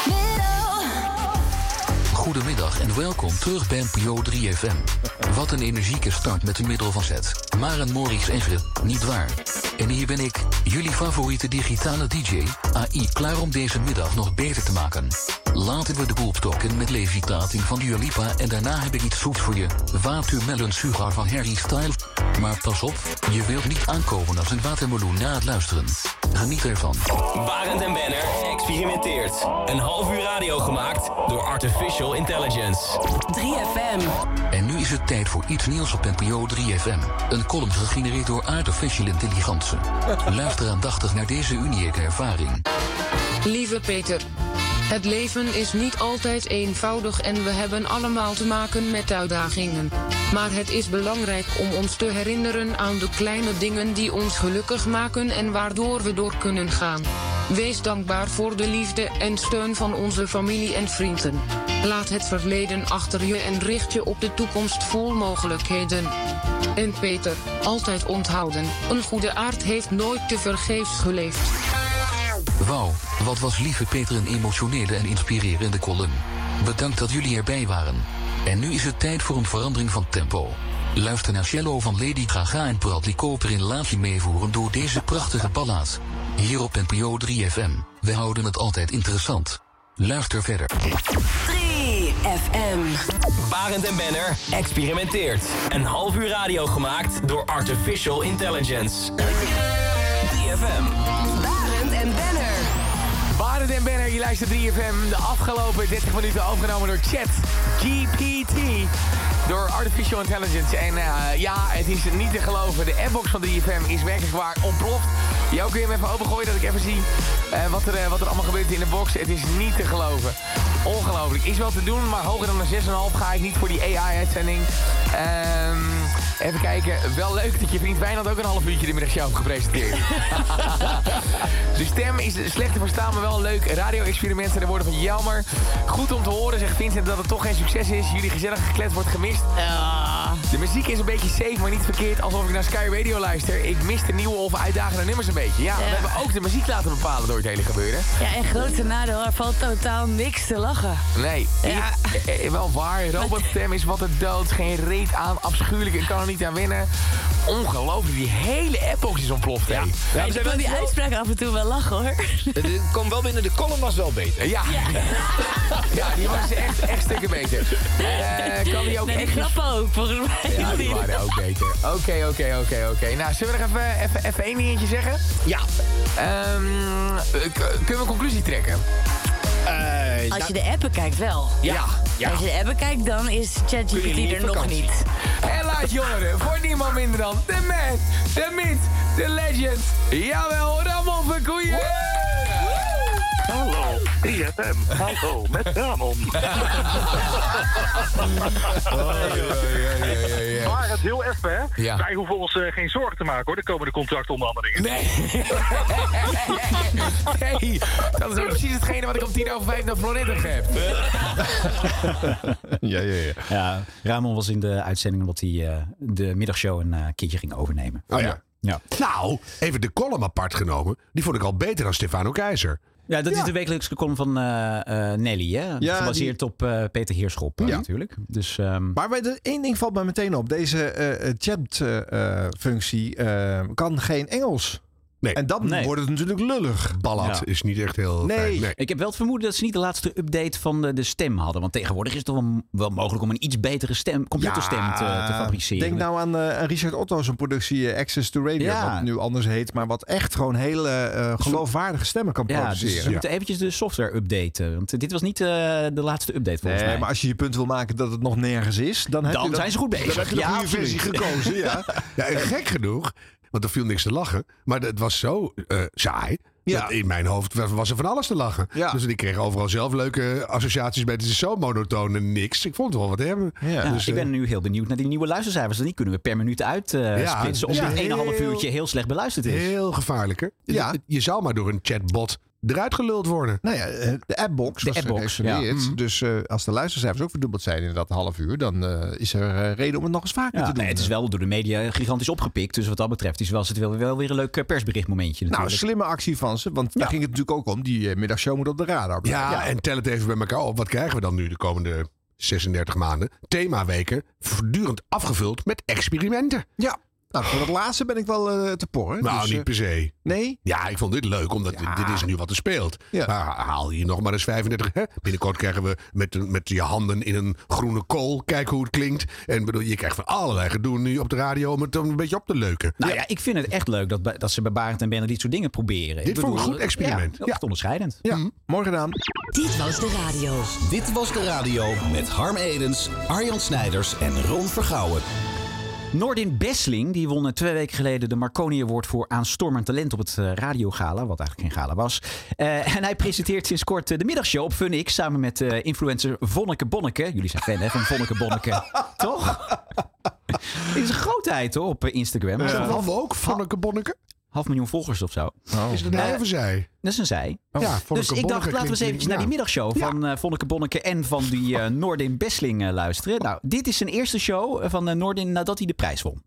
Goedemiddag en welkom terug bij NPO 3FM. Wat een energieke start met een middel van zet. Maar een Maurice Engren, niet waar. En hier ben ik, jullie favoriete digitale DJ, AI, klaar om deze middag nog beter te maken. Laten we de boel stokken met levitating van Dua Lipa en daarna heb ik iets zoets voor je. Watermelon sugar van Harry Styles. Maar pas op, je wilt niet aankomen als een watermeloen na het luisteren. Geniet ervan. Barend en Benner experimenteert. Een half uur radio gemaakt door Artificial Intelligence. 3FM. En nu is het tijd voor iets nieuws op NPO 3FM. Een column gegenereerd door Artificial Intelligence. Luister aandachtig naar deze unieke ervaring. Lieve Peter, het leven is niet altijd eenvoudig en we hebben allemaal te maken met uitdagingen. Maar het is belangrijk om ons te herinneren aan de kleine dingen die ons gelukkig maken en waardoor we door kunnen gaan. Wees dankbaar voor de liefde en steun van onze familie en vrienden. Laat het verleden achter je en richt je op de toekomst vol mogelijkheden. En Peter, altijd onthouden, een goede aard heeft nooit te vergeefs geleefd. Wauw, wat was lieve Peter een emotionele en inspirerende column. Bedankt dat jullie erbij waren. En nu is het tijd voor een verandering van tempo. Luister naar Cello van Lady Gaga en Bradley Cooper in Laat je meevoeren door deze prachtige ballad. Hier op NPO 3FM. We houden het altijd interessant. Luister verder. 3FM. Barend en Benner experimenteert. Een half uur radio gemaakt door Artificial Intelligence. 3FM. Barend en Benner. Barend en Benner, je luistert 3FM. De afgelopen 30 minuten overgenomen door ChatGPT. Door Artificial Intelligence. En het is niet te geloven. De appbox van 3FM is werkelijk waar ontploft. Jou kun je hem even opengooien dat ik even zie wat er allemaal gebeurt in de box. Het is niet te geloven. Ongelooflijk. Is wel te doen, maar hoger dan een 6,5 ga ik niet voor die AI-uitzending. Even kijken. Wel leuk dat je vriend Wijnand ook een half uurtje de middagshow heeft gepresenteerd. De stem is slecht te verstaan, maar wel een leuk radio-experiment. En de woorden van jammer. Goed om te horen, zegt Vincent, dat het toch geen succes is. Jullie gezellige geklet wordt gemist. De muziek is een beetje safe, maar niet verkeerd. Alsof ik naar Sky Radio luister. Ik mis de nieuwe of uitdagende nummers een beetje. Ja, we hebben ook de muziek laten bepalen door het hele gebeuren. Ja, en grote nadeel, er valt totaal niks te lachen. Nee, wel waar. Robotstem is wat het dood. Geen reet aan, afschuwelijk. Ik kan er niet aan winnen. Ongelooflijk, die hele appbox is ontploft. Ja, ik wil die uitspraak af en toe wel lachen, hoor. Het kwam wel binnen, de column was wel beter. Ja, die was echt stukken beter. Kan die ook nee, die grappen ook, volgens mij. Ja, die waren ook beter. Oké. Nou, zullen we nog even één dingetje zeggen? Ja. Kunnen we een conclusie trekken? Als je de appen kijkt wel. Ja. Als je de appen kijkt, dan is ChatGPT er nog niet. Helaas jongeren, voor niemand minder dan de man, de myth, de legend. Jawel, Ramon Verkoeien. Hallo, 3FM. Hallo, met Ramon. Maar het heel even, hè? Ja. Wij hoeven ons geen zorgen te maken, hoor. De komende contractonderhandelingen. Nee, dat is ook precies hetgene wat ik om 5:10 naar Florida heb. Ja, Ramon was in de uitzending omdat hij de middagshow een keertje ging overnemen. Oh ja. Nou, even de column apart genomen. Die vond ik al beter dan Stefano Keizer. Ja, dat is de wekelijkse column van Nelly, hè? Ja, gebaseerd op Peter Heerschop natuurlijk. Dus, maar één ding valt mij meteen op. Deze chat-functie kan geen Engels. Nee. En dan wordt het natuurlijk lullig. Ballad is niet echt heel fijn. Nee. Ik heb wel het vermoeden dat ze niet de laatste update van de stem hadden. Want tegenwoordig is het toch wel mogelijk om een iets betere computerstem te fabriceren. Denk nou aan Richard Otto zijn productie Access to Radio. Wat nu anders heet. Maar wat echt gewoon hele geloofwaardige stemmen kan produceren. Dus ze moeten eventjes de software updaten. Want dit was niet de laatste update volgens mij. Maar als je je punt wil maken dat het nog nergens is. Dan zijn ze goed bezig. Dan heb je de goede versie gekozen. En gek genoeg. Want er viel niks te lachen. Maar het was zo saai. Ja. In mijn hoofd was er van alles te lachen. Ja. Dus ik kreeg overal zelf leuke associaties bij. Het is zo monotoon en niks. Ik vond het wel wat hebben. Ja. Dus, ik ben nu heel benieuwd naar die nieuwe luistercijfers. Die kunnen we per minuut uitsplitsen. Omdat het 1,5 uurtje heel slecht beluisterd is. Heel gevaarlijk, hè? Ja. Je zou maar door een chatbot eruit geluld worden. Nou ja, de appbox was gereserveerd. Ja. Dus als de luistercijfers ook verdubbeld zijn in dat half uur... dan is er reden om het nog eens vaker te doen. Nee, het is wel door de media gigantisch opgepikt. Dus wat dat betreft was het wel weer een leuk persberichtmomentje. Nou, slimme actie van ze. Want daar ging het natuurlijk ook om. Die middagshow moet op de radar blijven. Ja, en tel het even bij elkaar op. Wat krijgen we dan nu de komende 36 maanden? Themaweken voortdurend afgevuld met experimenten. Ja. Nou, voor het laatste ben ik wel te porren. Nou, dus, niet per se. Nee? Ja, ik vond dit leuk, omdat dit is nu wat er speelt. Ja. Maar haal hier nog maar eens 35. Hè? Binnenkort krijgen we met je handen in een groene kool. Kijk hoe het klinkt. En bedoel, je krijgt van allerlei gedoe nu op de radio om het een beetje op te leuken. Nou ja, ik vind het echt leuk dat ze bij Barend en Benner dit soort dingen proberen. Dit vond ik een goed experiment. Ja, echt onderscheidend. Ja, mooi gedaan. Dit was de radio. Dit was de radio met Harm Edens, Arjan Snijders en Ron Vergouwen. Noordin Besseling die won 2 weken geleden de Marconi Award voor aanstormend talent op het radiogala, wat eigenlijk geen gala was. En hij presenteert sinds kort de middagshow op FunX samen met influencer Vonneke Bonneke. Jullie zijn fan hè, van Vonneke Bonneke, toch? Dit is een grootheid hoor op Instagram. Hadden we ook Vonneke Bonneke? 500.000 volgers of zo. Oh. Is het een hij of een zij? Dat is een zij. Oh. Ja, dus ik dacht, laten we eens eventjes naar die middagshow van Vonneke Bonneke en van die Noordin Besseling luisteren. Nou, dit is zijn eerste show van Noordin nadat hij de prijs won.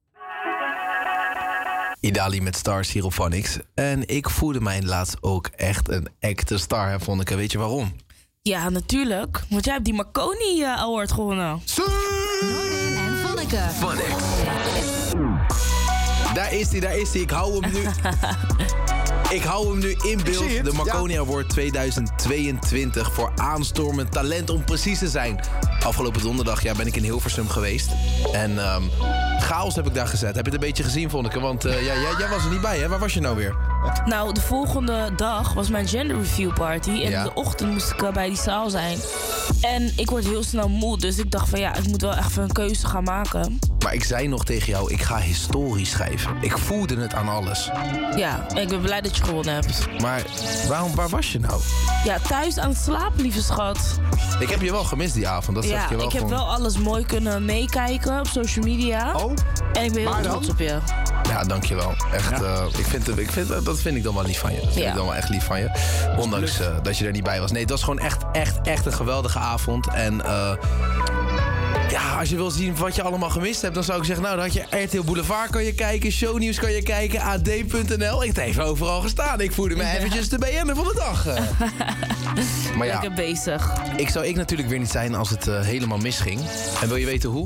Idali met Stars hier op FunX. En ik voelde mij laatst ook echt een echte star, hè, Vonneke. Weet je waarom? Ja, natuurlijk. Want jij hebt die Marconi Award gewonnen. Noordin en Vonneke. FunX. Daar is hij. Ik hou hem nu in beeld. De Marconi Award 2022 voor aanstormend talent om precies te zijn. Afgelopen donderdag ben ik in Hilversum geweest. En chaos heb ik daar gezet. Heb je het een beetje gezien, Vonneke? Want jij was er niet bij, hè? Waar was je nou weer? Nou, de volgende dag was mijn gender review party. En in de ochtend moest ik bij die zaal zijn. En ik word heel snel moe. Dus ik dacht van ik moet wel even een keuze gaan maken. Maar ik zei nog tegen jou, ik ga historie schrijven. Ik voelde het aan alles. Ja, en ik ben blij dat je gewonnen hebt. Maar waar was je nou? Ja, thuis aan het slapen, lieve schat. Ik heb je wel gemist die avond. Dat zeg je wel. Ik heb wel alles mooi kunnen meekijken op social media. Oh. En ik ben heel trots op je. Ja, dankjewel. Echt, dat vind ik dan wel lief van je. Dat vind ik dan wel echt lief van je. Ondanks dat je er niet bij was. Nee, het was gewoon echt een geweldige avond. En als je wil zien wat je allemaal gemist hebt, dan zou ik zeggen, nou, dan had je RTL Boulevard kan je kijken, Shownieuws kan je kijken, AD.nl. Ik heb even overal gestaan. Ik voelde me eventjes de BN'er van de dag. Maar ja, lekker bezig. Zou ik natuurlijk weer niet zijn als het helemaal misging. En wil je weten hoe?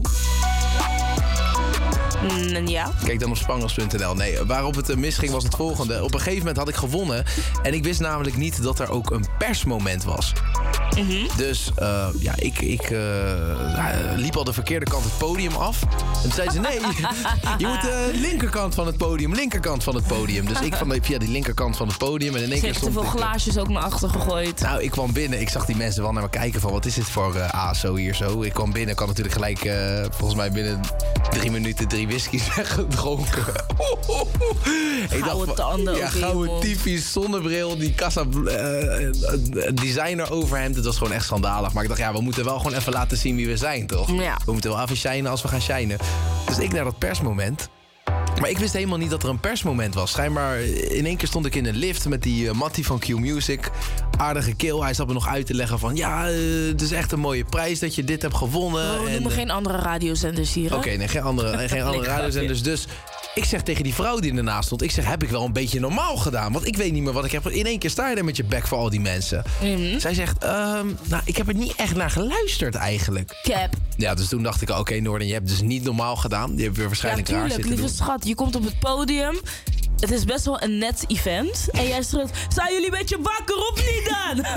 Ja. Kijk dan op spangels.nl. Nee, waarop het misging was het volgende. Op een gegeven moment had ik gewonnen. En ik wist namelijk niet dat er ook een persmoment was. Dus ik liep al de verkeerde kant het podium af. En toen zei ze, nee, je moet de linkerkant van het podium. Dus ik via die linkerkant van het podium. En in één keer stond te veel glaasjes ook naar achter gegooid. Nou, ik kwam binnen. Ik zag die mensen wel naar me kijken van, wat is dit voor ASO hier zo? Ik kwam binnen. Ik had natuurlijk gelijk, volgens mij binnen 3 minuten 3 whiskies weggedronken. Gouden tanden. Ja, gouden typisch, zonnebril, die kassa designer overhemd. Het was gewoon echt schandalig. Maar ik dacht, we moeten wel gewoon even laten zien wie we zijn, toch? Ja. We moeten wel even shinen als we gaan shinen. Dus ik naar dat persmoment. Maar ik wist helemaal niet dat er een persmoment was. Schijnbaar in één keer stond ik in een lift met die Mattie van Q-Music. Aardige keel. Hij zat me nog uit te leggen van, het is echt een mooie prijs dat je dit hebt gewonnen. We noemen geen andere radiozenders hier, hè? Oké, nee, geen andere radiozenders. Dus ik zeg tegen die vrouw die ernaast stond, heb ik wel een beetje normaal gedaan? Want ik weet niet meer wat ik heb. In één keer sta je er met je bek voor al die mensen. Zij zegt, ik heb er niet echt naar geluisterd eigenlijk. Cap. Ja, dus toen dacht ik, oké, Noordin, je hebt dus niet normaal gedaan. Je hebt weer waarschijnlijk raar zitten doen. Lieve schat, je komt op het podium. Het is best wel een net event. En jij schreeuwt, zijn jullie een beetje wakker of niet dan?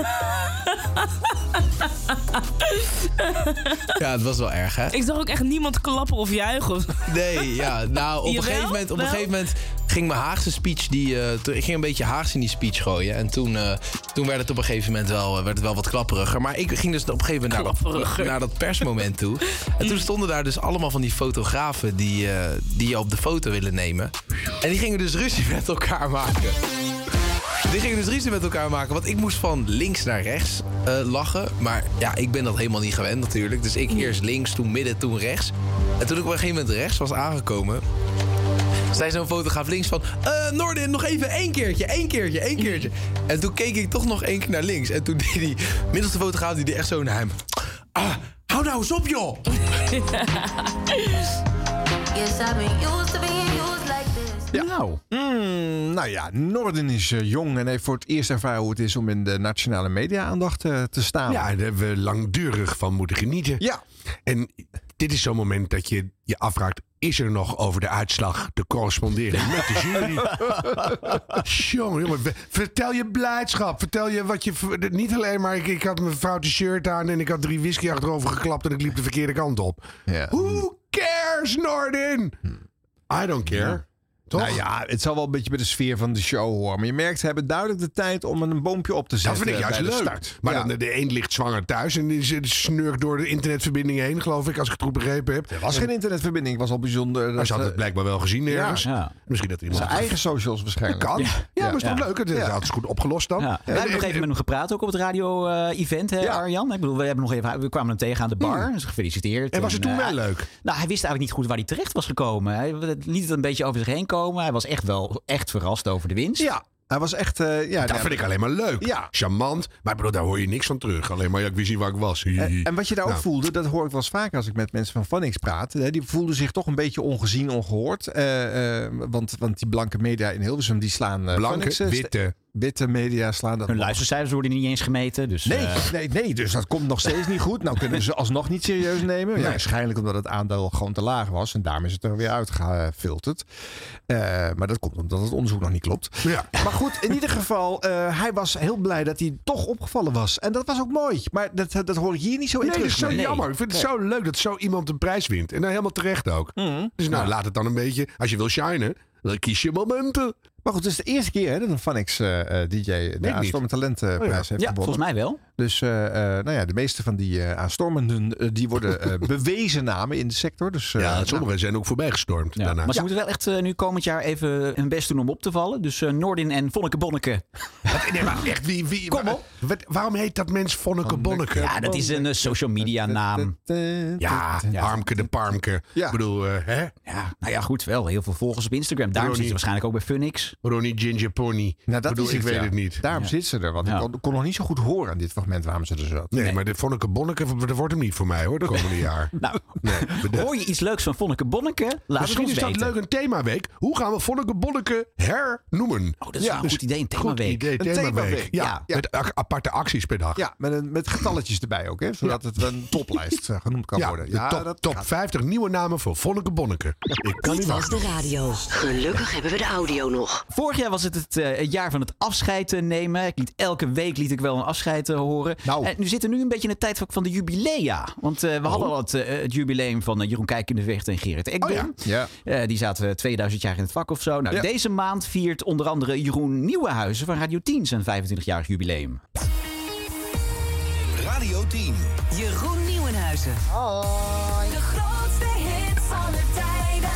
Ja, het was wel erg, hè? Ik zag ook echt niemand klappen of juichen. Nee, ja. Nou, op een gegeven moment ging mijn Haagse speech, ik ging een beetje Haags in die speech gooien. En toen werd het op een gegeven moment wel wat klapperiger. Maar ik ging dus op een gegeven moment naar dat persmoment toe. En toen stonden daar dus allemaal van die fotografen die je op de foto willen nemen. En die gingen dus ruzie met elkaar maken. Die gingen dus ruzie met elkaar maken. Want ik moest van links naar rechts lachen. Maar ja, ik ben dat helemaal niet gewend natuurlijk. Dus ik eerst links, toen midden, toen rechts. En toen ik op een gegeven moment rechts was aangekomen... zei zo'n fotograaf links van... Nordin, nog even één keertje. En toen keek ik toch nog 1 keer naar links. En toen deed die middelste fotograaf die deed echt zo naar hem. Hou nou eens op, joh! Ja. Nou ja, Nordin is jong en heeft voor het eerst ervaren hoe het is om in de nationale media-aandacht te staan. Ja, daar hebben we langdurig van moeten genieten. Ja. En dit is zo'n moment dat je je afvraagt... is er nog over de uitslag te corresponderen met de jury? Jongen, vertel je blijdschap. Vertel je wat je... Niet alleen maar, ik had mijn foute shirt aan... en ik had 3 whisky achterover geklapt... en ik liep de verkeerde kant op. Ja. Who cares, Nordin? I don't care. Ja. Toch? Nou ja, het zal wel een beetje bij de sfeer van de show horen. Maar je merkt, ze hebben duidelijk de tijd om een boompje op te zetten. Dat vind ik juist bij de leuk. start. Maar ja. dan de een ligt zwanger thuis en die snurkt door de internetverbinding heen, geloof ik, als ik het goed begrepen heb. Er was geen internetverbinding, het was al bijzonder. Hij had het blijkbaar wel gezien ergens. Ja. Misschien dat iemand... Zijn eigen socials waarschijnlijk. Dat kan. Ja, maar is toch leuk? Het is goed opgelost dan. Ja. We hebben nog even met hem gepraat, ook op het radio-event, Arjan. Ik bedoel, we kwamen hem tegen aan de bar. Dus gefeliciteerd. En was het toen wel leuk? Nou, hij wist eigenlijk niet goed waar hij terecht was gekomen. Hij liet het een beetje over zich heen komen. Hij was echt verrast over de winst. Ja. Hij was echt... dat vind ik alleen maar leuk. Ja. Charmant. Maar bro, daar hoor je niks van terug. Alleen maar ik wist niet waar ik was. En wat je daar ook voelde, dat hoor ik wel eens vaker als ik met mensen van Phonics praat. Die voelden zich toch een beetje ongezien, ongehoord. Want die blanke media in Hilversum, die slaan... blanke, witte media slaan dat. Hun luistercijfers worden niet eens gemeten. Dus, nee, dus dat komt nog steeds niet goed. Nou kunnen ze alsnog niet serieus nemen. Ja, waarschijnlijk omdat het aandeel gewoon te laag was. En daarom is het er weer uitgefilterd. Maar dat komt omdat het onderzoek nog niet klopt. Ja. Maar goed, in ieder geval, hij was heel blij dat hij toch opgevallen was. En dat was ook mooi. Maar dat hoor ik hier niet zo in terug. Dat is zo jammer. Ik vind het zo leuk dat zo iemand een prijs wint. En dan helemaal terecht ook. Dus laat het dan een beetje, als je wil shinen, dan kies je momenten. Maar goed, het is de eerste keer dat een Phonics DJ de Aanstormend Talentenprijs heeft gewonnen. Volgens mij wel. Dus de meeste van die aanstormenden die worden bewezen namen in de sector. Dus, sommigen zijn ook voorbijgestormd daarna. Maar ze moeten wel echt nu komend jaar even hun best doen om op te vallen. Dus Nordin en Vonneke Bonneke. Nee, maar echt, wie kom op. Waarom heet dat mens Vonneke Bonneke? Ja, dat is een social media naam. Ja, Armke de Parmke. Ja. Ik bedoel, hè? Ja, nou ja, goed, wel heel veel volgers op Instagram. Daarom zit ze waarschijnlijk ook bij Phoenix. Ronnie Ginger Pony. Nou, dat ik weet het niet. Daarom zit ze er. Want ik kon nog niet zo goed horen aan dit fragment waarom ze er zat. Nee, maar de Vonneke Bonneke, dat wordt hem niet voor mij hoor, de komende jaar. Hoor je iets leuks van Vonneke Bonneke? Misschien is dat leuk een themaweek. Hoe gaan we Vonneke Bonneke hernoemen? Oh, dat is een goed idee, een themaweek. Een themaweek. Ja, met aparte acties per dag. Ja, met getalletjes erbij ook, hè, zodat het een toplijst genoemd kan worden. Ja, top 50 nieuwe namen voor Vonneke Bonneke. Dit was de radio. Gelukkig hebben we de audio nog. Vorig jaar was het jaar van het afscheid nemen. Elke week liet ik wel een afscheid horen. En nu zit er nu een beetje in de tijdvak van de jubilea. Want we hadden al het jubileum van Jeroen Kijk in de Vecht en Gerrit Ekdom. Die zaten 2000 jaar in het vak of zo. Nou, deze maand viert onder andere Jeroen Nieuwenhuizen van Radio 10 zijn 25-jarig jubileum. Radio 10. Jeroen Nieuwenhuizen. Hoi. De grootste hits van de tijden.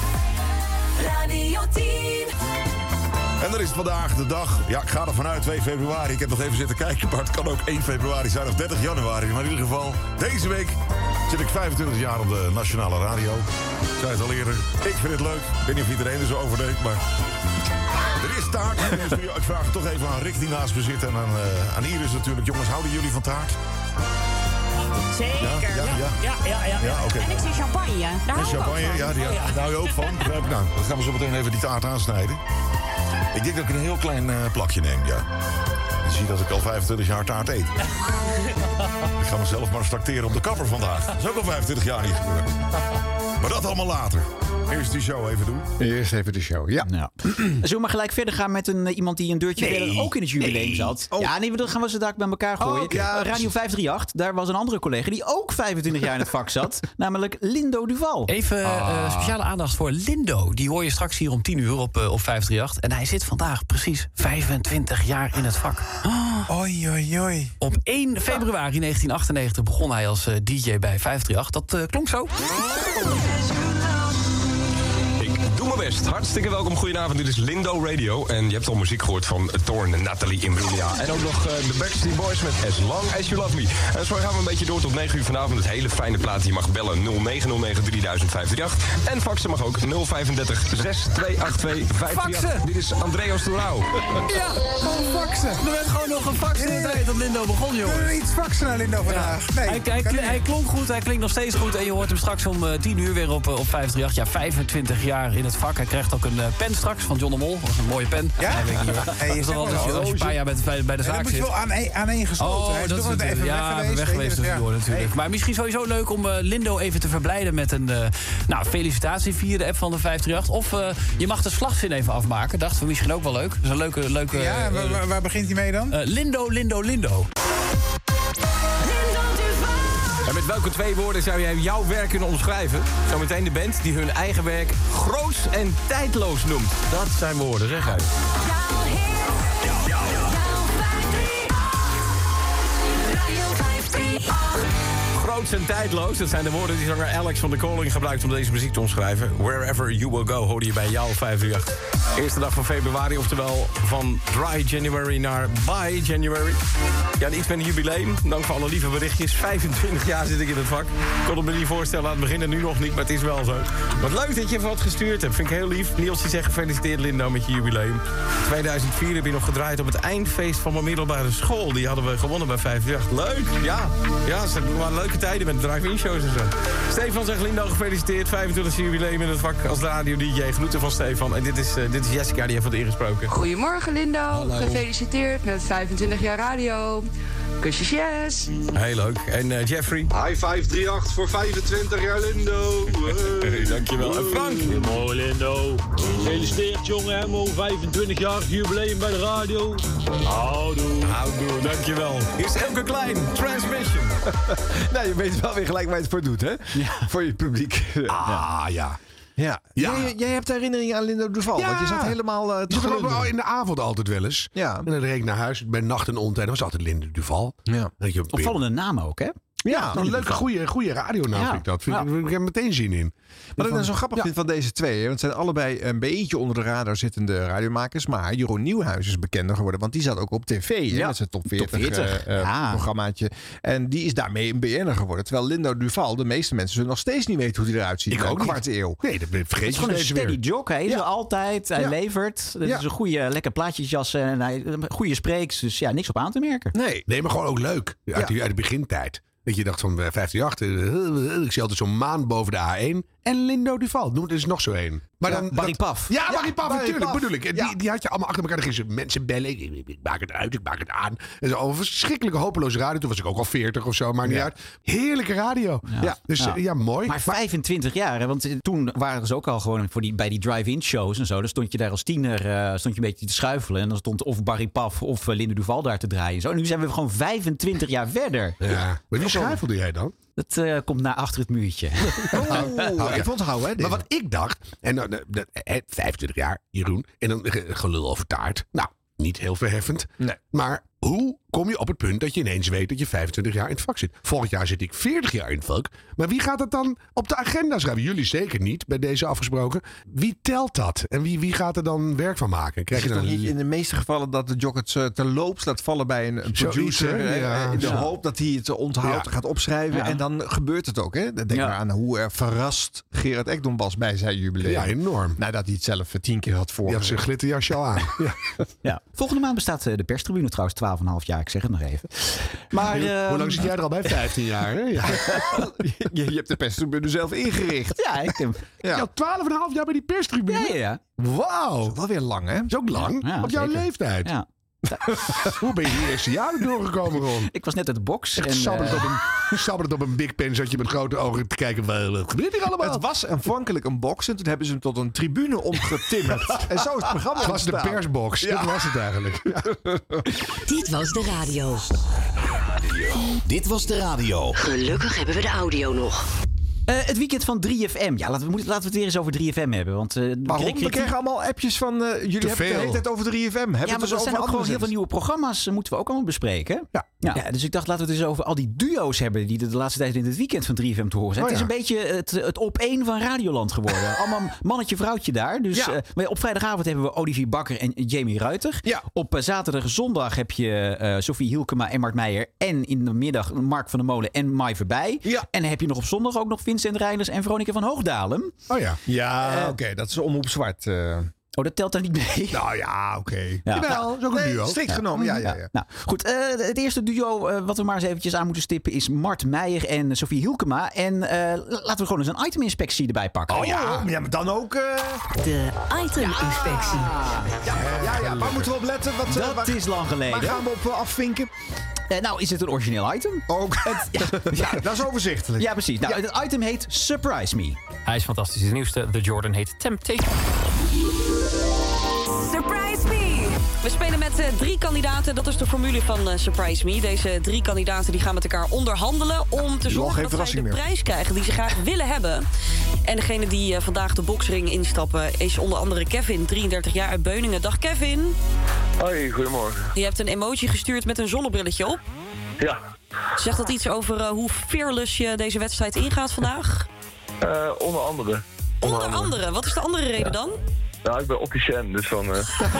Radio 10. En dan is het vandaag de dag, ik ga er vanuit 2 februari. Ik heb nog even zitten kijken, maar het kan ook 1 februari zijn of 30 januari. Maar in ieder geval, deze week zit ik 25 jaar op de Nationale Radio. Ik zei het al eerder, ik vind het leuk. Ik weet niet of iedereen er zo over denkt, maar er is taart. Ik vraag het toch even aan Rick die naast me zit en aan Iris natuurlijk. Jongens, houden jullie van taart? Zeker. Ja, oké. En ik zie champagne. Daar hou ik champagne, ook van. daar hou je ook van. Begrijp ik. Nou, dan gaan we zo meteen even die taart aansnijden. Ik denk dat ik een heel klein plakje neem, ja. Je ziet dat ik al 25 jaar taart eet. Ik ga mezelf maar tracteren op de kapper vandaag. Dat is ook al 25 jaar niet gebeurd. Maar dat allemaal later. Eerst die show even doen. Eerst even de show, ja. Zullen we maar gelijk verder gaan met iemand die een deurtje verder ook in het jubileum zat? Ja, dan gaan we ze daar bij elkaar gooien. Radio 538, daar was een andere collega die ook 25 jaar in het vak zat. Namelijk Lindo Duval. Even speciale aandacht voor Lindo. Die hoor je straks hier om 10 uur op 538. En hij zit vandaag precies 25 jaar in het vak. Oei. Op 1 februari 1998 begon hij als DJ bij 538. Dat klonk zo. Ik doe mijn Best. Hartstikke welkom, goedenavond. Dit is Lindo Radio. En je hebt al muziek gehoord van Thorn en Nathalie Imbruglia. En ook nog de Backstreet Boys met As Long As You Love Me. En zo gaan we een beetje door tot 9 uur vanavond. Het hele fijne plaat. Je mag bellen 0909 3058. En faxen mag ook 035 6282 538. Dit is Andrea Storau. Ja, gewoon faxen. Er werd gewoon nog een fax in de tijd dat Lindo begon, jongen. Kunnen we iets faxen naar Lindo vandaag? Ja. Nee, hij klonk goed, hij klinkt nog steeds goed. En je hoort hem straks om 10 uur weer op 538. Ja, 25 jaar in het vak. Hij krijgt ook een pen straks van John de Mol. Dat is een mooie pen. Ja? Hij weet niet als je een paar jaar bij de zaak zit. Dan moet je wel aan één gesloten. Hij is toch even weg geweest tussendoor natuurlijk. Hey. Maar misschien sowieso leuk om Lindo even te verblijden met een felicitatie via de app van de 538. Of je mag de slagzin even afmaken. Dachten we misschien ook wel leuk. Dat is een leuke ja, waar begint hij mee dan? Lindo, Lindo, Lindo. En met welke 2 woorden zou jij jouw werk kunnen omschrijven? Zometeen de band die hun eigen werk groots en tijdloos noemt. Dat zijn woorden, zeg uit. Groots en tijdloos, dat zijn de woorden die zanger Alex van der Koning gebruikt om deze muziek te omschrijven. Wherever you will go, hoorde je bij jou 538. Eerste dag van februari, oftewel van Dry January naar By January. Ja, iets met een jubileum. Dank voor alle lieve berichtjes. 25 jaar zit ik in het vak. Ik kon het me niet voorstellen aan het begin en nu nog niet, maar het is wel zo. Wat leuk dat je even wat gestuurd hebt. Vind ik heel lief. Niels die zegt gefeliciteerd Lindo met je jubileum. 2004 heb je nog gedraaid op het eindfeest van mijn middelbare school. Die hadden we gewonnen bij 538. Leuk, ja. Ja, het waren leuke tijden met drive-in shows en zo. Stefan zegt Lindo gefeliciteerd. 25 jubileum in het vak als radio-dj. Groeten van Stefan. En dit is Jessica, die heeft wat ingesproken. Goedemorgen Lindo. Hallo. Gefeliciteerd met 25 jaar radio. Kusjes yes. Heel leuk. En Jeffrey? High 538 voor 25 jaar Lindo. Hey, dankjewel. En Frank? Goedemorgen Lindo. Gefeliciteerd jongen Hemmo. 25 jaar jubileum bij de radio. Houdoe. Houdoe, dankjewel. Hier is Elke Klein, Transmission. Nou, je weet wel weer gelijk waar je het voor doet, hè? Ja. Voor je publiek. Ja. Ja. Jij hebt herinneringen aan Lindo Duval. Ja. Want je zat helemaal te glunderen. In de avond altijd wel eens. Ja. En dan reed ik naar huis bij nacht en onttijd. Dat was altijd Lindo Duval. Ja. Opvallende naam ook, hè? Ja, een leuke, goede radionaam vind ik dat. Ik heb er meteen zin in. Wat ik dan zo grappig vind van deze twee, want het zijn allebei een beetje onder de radar zittende radiomakers. Maar Jeroen Nieuwhuis is bekender geworden, want die zat ook op tv met zijn top 40 programmaatje. En die is daarmee een BN'er geworden. Terwijl Lindo Duval, de meeste mensen zullen nog steeds niet weten hoe hij eruit ziet. Ik ook een kwart eeuw. Nee, dat vergeet je. Het is gewoon een steady jock. Hij is er altijd. Hij levert. Het is een goede, lekker plaatjesjassen. En hij goede spreeks. Dus ja, niks op aan te merken. Nee, maar gewoon ook leuk. Uit de begintijd. Dat je dacht van 538, ik zie altijd zo'n maan boven de A1. En Lindo Duval, noem het eens nog zo één. Maar dan Barry Paf. Ja, Barry Paf, natuurlijk, bedoel ik. En die had je allemaal achter elkaar. Dan gingen ze mensen bellen. Ik maak het uit, ik maak het aan. En zo, een verschrikkelijke hopeloze radio. Toen was ik ook al 40 of zo, maar niet uit. Heerlijke radio. Dus mooi. Maar 25 jaar, hè? Want toen waren ze ook al gewoon bij die drive-in shows en zo. Dan stond je daar als tiener stond je een beetje te schuifelen. En dan stond of Barry Paf of Lindo Duval daar te draaien. Zo. En nu zijn we gewoon 25 verder. Ja. Maar wie schuifelde jij dan? Dat komt naar achter het muurtje. Even onthouden, hè? Maar wat ik dacht, en 25 jaar, Jeroen, en dan gelul over taart. Nou, niet heel verheffend. Nee. Maar hoe kom je op het punt dat je ineens weet dat je 25 jaar in het vak zit? Volgend jaar zit ik 40 jaar in het vak. Maar wie gaat het dan op de agenda schrijven? Jullie zeker niet, bij deze afgesproken. Wie telt dat? En wie gaat er dan werk van maken? Krijg je dan niet in de meeste gevallen dat de jock het terloops laat vallen bij een producer. In de hoop dat hij het onthoudt, gaat opschrijven. Ja. En dan gebeurt het ook. Hè? Denk maar aan hoe er verrast Gerard Ekdom was bij zijn jubileum. Ja, enorm. Nadat hij het zelf 10 keer had voorgezet. Je hebt zijn glitterjasje al aan. Ja. Volgende maand bestaat de perstribune trouwens 12,5 jaar. Ik zeg het nog even. Maar, hoe lang zit jij er al bij? 15 jaar, hè? Ja. je hebt de perstribune zelf ingericht. Ja, ik heb... Ja. 12,5 jaar bij die perstribune? Ja. Wauw. Dat is wel weer lang, hè? Dat is ook lang. Ja, op jouw leeftijd. Ja. Hoe ben je die eerste jaren doorgekomen, Ron? Ik was net uit de box. Sabberend op een big pen zat je met grote ogen te kijken. Wat gebeurt hier allemaal? Het was aanvankelijk een box en toen hebben ze hem tot een tribune omgetimmerd. En zo is het programma. Het was de persbox. Ja. Dat was het eigenlijk. Ja. Dit was de radio. Dit was de radio. Gelukkig hebben we de audio nog. Het weekend van 3FM. Ja, laten we het weer eens over 3FM hebben. Want, waarom? We kregen allemaal appjes van... jullie hebben het de hele tijd over 3FM. Hebben ja, maar er zijn ook gewoon heel veel nieuwe programma's. Moeten we ook allemaal bespreken. Ja, dus ik dacht, laten we het eens over al die duo's hebben... die de laatste tijd in het weekend van 3FM te horen zijn. Het is een beetje het op één van Radioland geworden. Allemaal mannetje, vrouwtje daar. Dus op vrijdagavond hebben we Olivier Bakker en Jamie Ruiter. Ja. Op zaterdag en zondag heb je Sophie Hielkema en Mart Meijer. En in de middag Mark van der Molen en Mai Verbij. Ja. En dan heb je nog op zondag ook nog Vincent Reinders en Veronica van Hoogdalem. Oh ja. Ja, oké. Dat is Omroep Zwart. Oh, dat telt daar niet mee? Nou ja, oké. Ja. Jawel, dat is ook een duo. Strikt genomen, ja. Nou, goed. Het eerste duo wat we maar eens eventjes aan moeten stippen... is Mart Meijer en Sophie Hielkema. En laten we gewoon eens een iteminspectie erbij pakken. Oh ja, maar dan ook... De iteminspectie. Ja. Waar moeten we op letten? Dat is lang geleden. Waar gaan we op afvinken? Nou, is het een origineel item? Ook. Ja, dat is overzichtelijk. Ja, precies. Nou, het item heet Surprise Me. Hij is fantastisch. De nieuwste, The Jordan, heet Temptation. Surprise Me! We spelen met 3 kandidaten. Dat is de formule van Surprise Me. Deze 3 kandidaten die gaan met elkaar onderhandelen... om te zorgen dat zij de prijs krijgen die ze graag willen hebben. En degene die vandaag de boksring instappen... is onder andere Kevin, 33 jaar uit Beuningen. Dag Kevin. Hoi, goedemorgen. Je hebt een emoji gestuurd met een zonnebrilletje op. Ja. Zegt dat iets over hoe fearless je deze wedstrijd ingaat vandaag? Onder andere. Onder andere? Wat is de andere reden dan? Nou, ik ben opticien, dus van...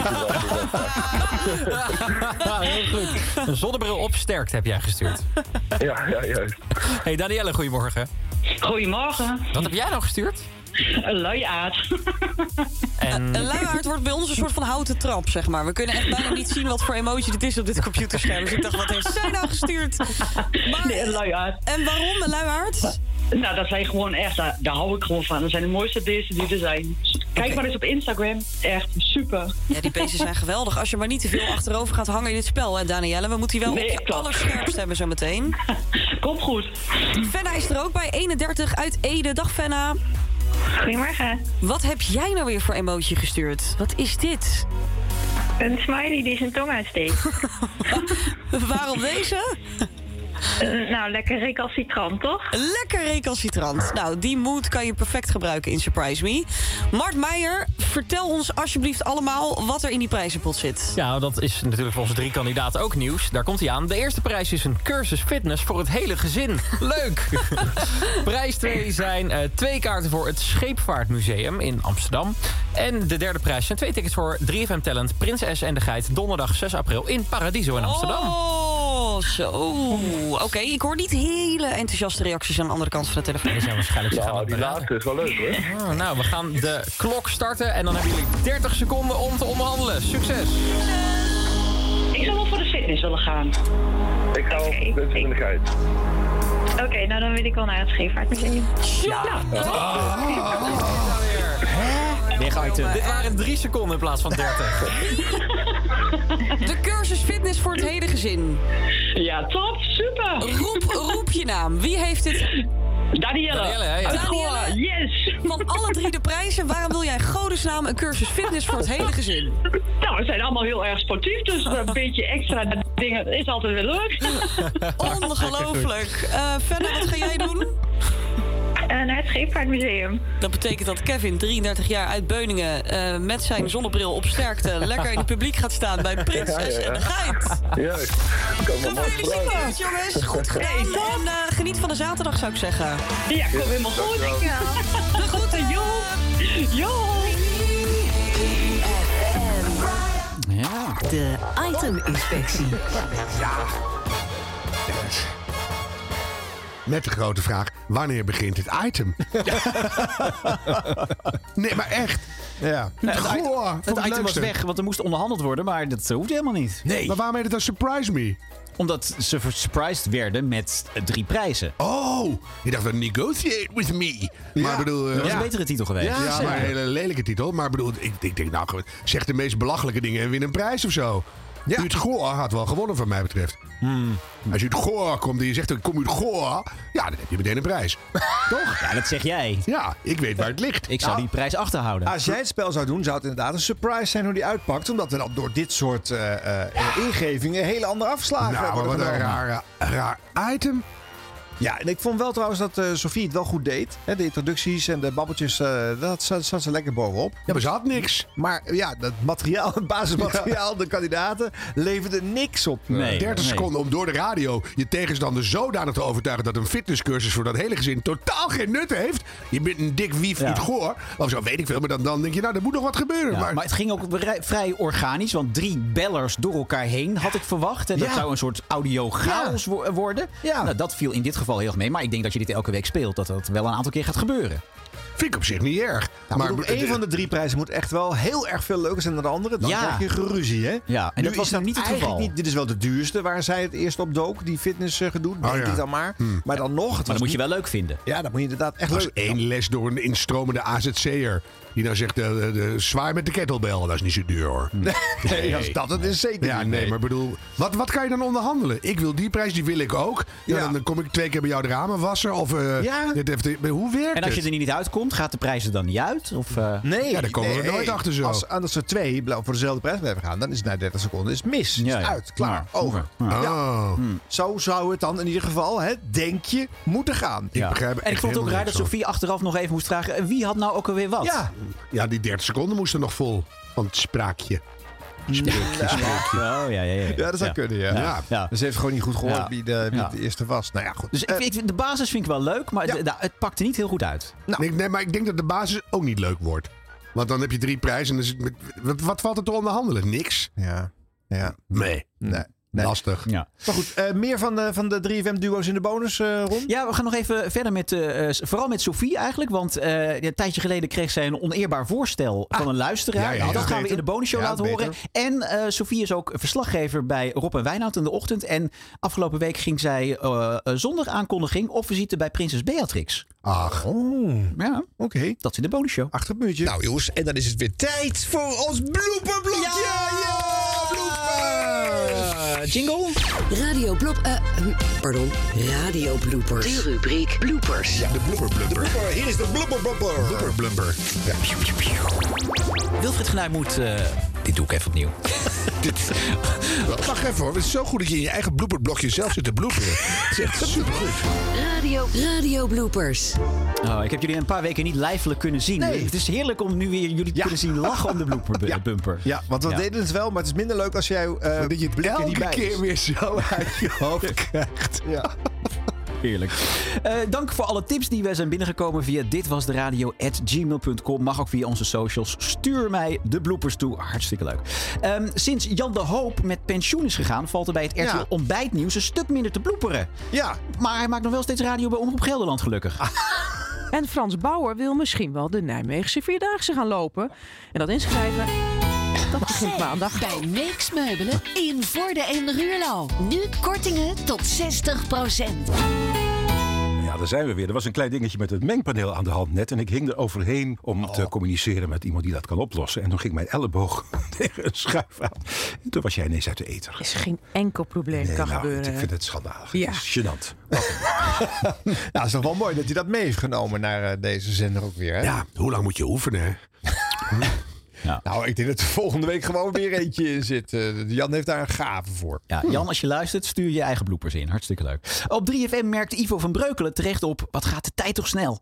Heel goed. Een zonnebril opsterkt heb jij gestuurd. Ja, juist. Hey Danielle, goedemorgen. Goedemorgen. Wat heb jij nou gestuurd? Een luiaard. Een luiaard wordt bij ons een soort van houten trap, zeg maar. We kunnen echt bijna niet zien wat voor emoji dit is op dit computerscherm. Dus ik dacht, wat heeft zij nou gestuurd? Maar, nee, een luiaard. En waarom een luiaard? Nou, dat zijn gewoon echt, daar hou ik gewoon van. Dat zijn de mooiste beesten die er zijn. Kijk maar eens op Instagram. Echt super. Ja, die beesten zijn geweldig. Als je maar niet te veel achterover gaat hangen in dit spel, hè, Danielle. We moeten hier wel op je allerscherpst hebben zo meteen. Komt goed. Fenna is er ook bij, 31 uit Ede. Dag Fenna. Goedemorgen. Wat heb jij nou weer voor emoji gestuurd? Wat is dit? Een smiley die zijn tong uitsteekt. Waarom deze? Nou, lekker recalcitrant, toch? Lekker recalcitrant. Nou, die mood kan je perfect gebruiken in Surprise Me. Mart Meijer, vertel ons alsjeblieft allemaal wat er in die prijzenpot zit. Ja, dat is natuurlijk voor onze 3 kandidaten ook nieuws. Daar komt hij aan. De eerste prijs is een cursus fitness voor het hele gezin. Leuk! Prijs 2 zijn 2 kaarten voor het Scheepvaartmuseum in Amsterdam. En de derde prijs zijn 2 tickets voor 3FM Talent, Prinses en de Geit... donderdag 6 april in Paradiso in Amsterdam. Oh, zo. Oké, ik hoor niet hele enthousiaste reacties aan de andere kant van de telefoon. Die zijn waarschijnlijk die laatste is wel leuk, hoor. Nou, we gaan de klok starten en dan hebben jullie 30 seconden om te onderhandelen. Succes! Ik zou wel voor de fitness willen gaan. Ik ga wel voor de deskundigheid. Oké, nou dan wil ik wel naar het Scheepvaartmuseum. Ja! Dit waren 3 seconden in plaats van 30. De cursus fitness voor het hele gezin. Ja, top, super. Roep je naam. Wie heeft dit? Danielle, yes! Van alle 3 de prijzen, waarom wil jij in godesnaam een cursus fitness voor het hele gezin? Nou, we zijn allemaal heel erg sportief, dus een beetje extra dingen is altijd weer leuk. Ongelooflijk. Fenna, wat ga jij doen? Naar het Scheepvaartmuseum. Dat betekent dat Kevin, 33 jaar uit Beuningen... met zijn zonnebril op sterkte... lekker in het publiek gaat staan bij Prinses en de Geit. Juist. Gefeliciteerd, jongens. Goed gedaan. En geniet van de zaterdag, zou ik zeggen. Ja, kom helemaal goed. De groeten, joh. Ja. De iteminspectie. Ja. Met de grote vraag, wanneer begint het item? Nee, maar echt. Ja. Het item was weg, want er moest onderhandeld worden, maar dat hoeft helemaal niet. Nee. Maar waarom heet het dan Surprise Me? Omdat ze surprised werden met 3 prijzen. Oh, je dacht, negotiate with me. Ja. Maar bedoel, dat was een betere titel geweest. Ja, maar een hele lelijke titel. Maar bedoel, ik denk, nou, zeg de meest belachelijke dingen en win een prijs of zo. Ja. Uit Goor had wel gewonnen, wat mij betreft. Als je uit Goor komt en je zegt, kom uit Goor, ja, dan heb je meteen een prijs. Toch? Ja, dat zeg jij. Ja, ik weet waar het ligt. Ik zou die prijs achterhouden. Als jij het spel zou doen, zou het inderdaad een surprise zijn hoe die uitpakt. Omdat we dan door dit soort ingevingen hele andere afslagen nou, worden wat genomen. een raar item. Ja, en ik vond wel trouwens dat Sophie het wel goed deed. Hè, de introducties en de babbeltjes, dat zat ze lekker bovenop. Ja, maar ze had niks. Maar ja, dat materiaal, het basismateriaal, de kandidaten, leverde niks op. 30 seconden om door de radio je tegenstander zodanig te overtuigen dat een fitnesscursus voor dat hele gezin totaal geen nut heeft. Je bent een dik wief uit goor. Of zo, weet ik veel. Maar dan denk je, nou, er moet nog wat gebeuren. Ja, maar het ging ook vrij organisch. Want 3 bellers door elkaar heen had ik verwacht. En dat zou een soort audio chaos worden. Ja. Nou, dat viel in dit geval heel erg mee. Maar ik denk dat je dit elke week speelt. Dat dat wel een aantal keer gaat gebeuren. Vind ik op zich niet erg. Nou, maar één van de 3 prijzen moet echt wel heel erg veel leuker zijn dan de andere. Dan krijg je geruzie, hè? Ja, en dat was nou niet het geval. Dit is wel de duurste waar zij het eerst op dook. Die fitnessgedoe, denk ik dan maar. Maar dan nog. Maar dat moet je wel leuk vinden. Ja, dat moet je inderdaad echt leuk. Één les door een instromende AZC'er. Die nou zegt, zwaai met de kettlebell. Dat is niet zo duur, hoor. Nee, als dat het is zeker niet. Nee, maar bedoel, wat kan je dan onderhandelen? Ik wil die prijs, die wil ik ook. Ja, dan kom ik 2 keer bij jou de ramen wassen. Of, hoe werkt het? En als je er niet uitkomt, gaat de prijs er dan niet uit? Of, Nee. Ja, daar komen we nooit achter zo. Als er 2 voor dezelfde prijs blijven gaan, dan is het na 30 seconden mis. Is uit, klaar, over. Ja. Zo zou het dan in ieder geval, denk je, moeten gaan. Ik begrijp en ik vond het ook raar dat Sophie achteraf nog even moest vragen, wie had nou ook alweer wat? Ja, die 30 seconden moesten nog vol van het spraakje. Ja, dat zou kunnen, ja. Dus ze heeft gewoon niet goed gehoord wie de eerste was. Nou ja, goed. Dus de basis vind ik wel leuk, maar het pakte niet heel goed uit. Nee, maar ik denk dat de basis ook niet leuk wordt. Want dan heb je 3 prijzen en wat valt er te onderhandelen? Niks. Ja. Nee. Lastig. Ja. Maar goed, meer van de 3FM-duo's in de bonus, Ron? Ja, we gaan nog even verder met, vooral met Sophie eigenlijk. Want een tijdje geleden kreeg zij een oneerbaar voorstel van een luisteraar. Dat gaan we in de bonusshow laten horen. En Sophie is ook verslaggever bij Rob en Wijnand in de ochtend. En afgelopen week ging zij zonder aankondiging op visite bij prinses Beatrix. Ach. Ja, oké. Dat is in de bonusshow. Achter het muurtje. Nou jongens, en dan is het weer tijd voor ons blooperblokje. Jingle? Radio bloopers. De rubriek bloopers. Ja, de blooper. Hier is de blooper. Blumper. Ja. Wilfried Genuij moet... dit doe ik even opnieuw. Wacht even hoor. Het is zo goed dat je in je eigen blooperblokje zelf zit te bloeperen. Het is echt supergoed. Radio bloopers. Oh, ik heb jullie een paar weken niet lijfelijk kunnen zien. Nee. Het is heerlijk om nu weer jullie te kunnen zien lachen om de blooperbumper. Ja, want we deden het wel, maar het is minder leuk als jij dat je het elke keer weer zo uit je hoofd krijgt. Ja. Heerlijk. Dank voor alle tips die wij zijn binnengekomen via ditwasderadio@gmail.com. Mag ook via onze socials. Stuur mij de bloopers toe. Hartstikke leuk. Sinds Jan de Hoop met pensioen is gegaan, valt er bij het RTL Ontbijtnieuws een stuk minder te bloeperen. Ja. Maar hij maakt nog wel steeds radio bij Omroep Gelderland, gelukkig. En Frans Bauer wil misschien wel de Nijmeegse Vierdaagse gaan lopen. En dat inschrijven, dat begint maandag. Bij Meeks Meubelen in Voorde en Ruurlo. Nu kortingen tot 60%. Ja, daar zijn we weer. Er was een klein dingetje met het mengpaneel aan de hand net. En ik hing er overheen om te communiceren met iemand die dat kan oplossen. En toen ging mijn elleboog tegen een schuif aan. En toen was jij ineens uit de eter. Is geen enkel probleem, kan gebeuren. Ik vind het schandalig. Ja. Het is gênant. Het is toch wel mooi dat hij dat mee heeft genomen naar deze zender ook weer. Hè? Ja, hoe lang moet je oefenen? Ja. Nou, ik denk dat er volgende week gewoon weer eentje in zit. Jan heeft daar een gave voor. Ja, Jan, als je luistert, stuur je eigen bloopers in. Hartstikke leuk. Op 3FM merkte Ivo van Breukelen terecht op... Wat gaat de tijd toch snel?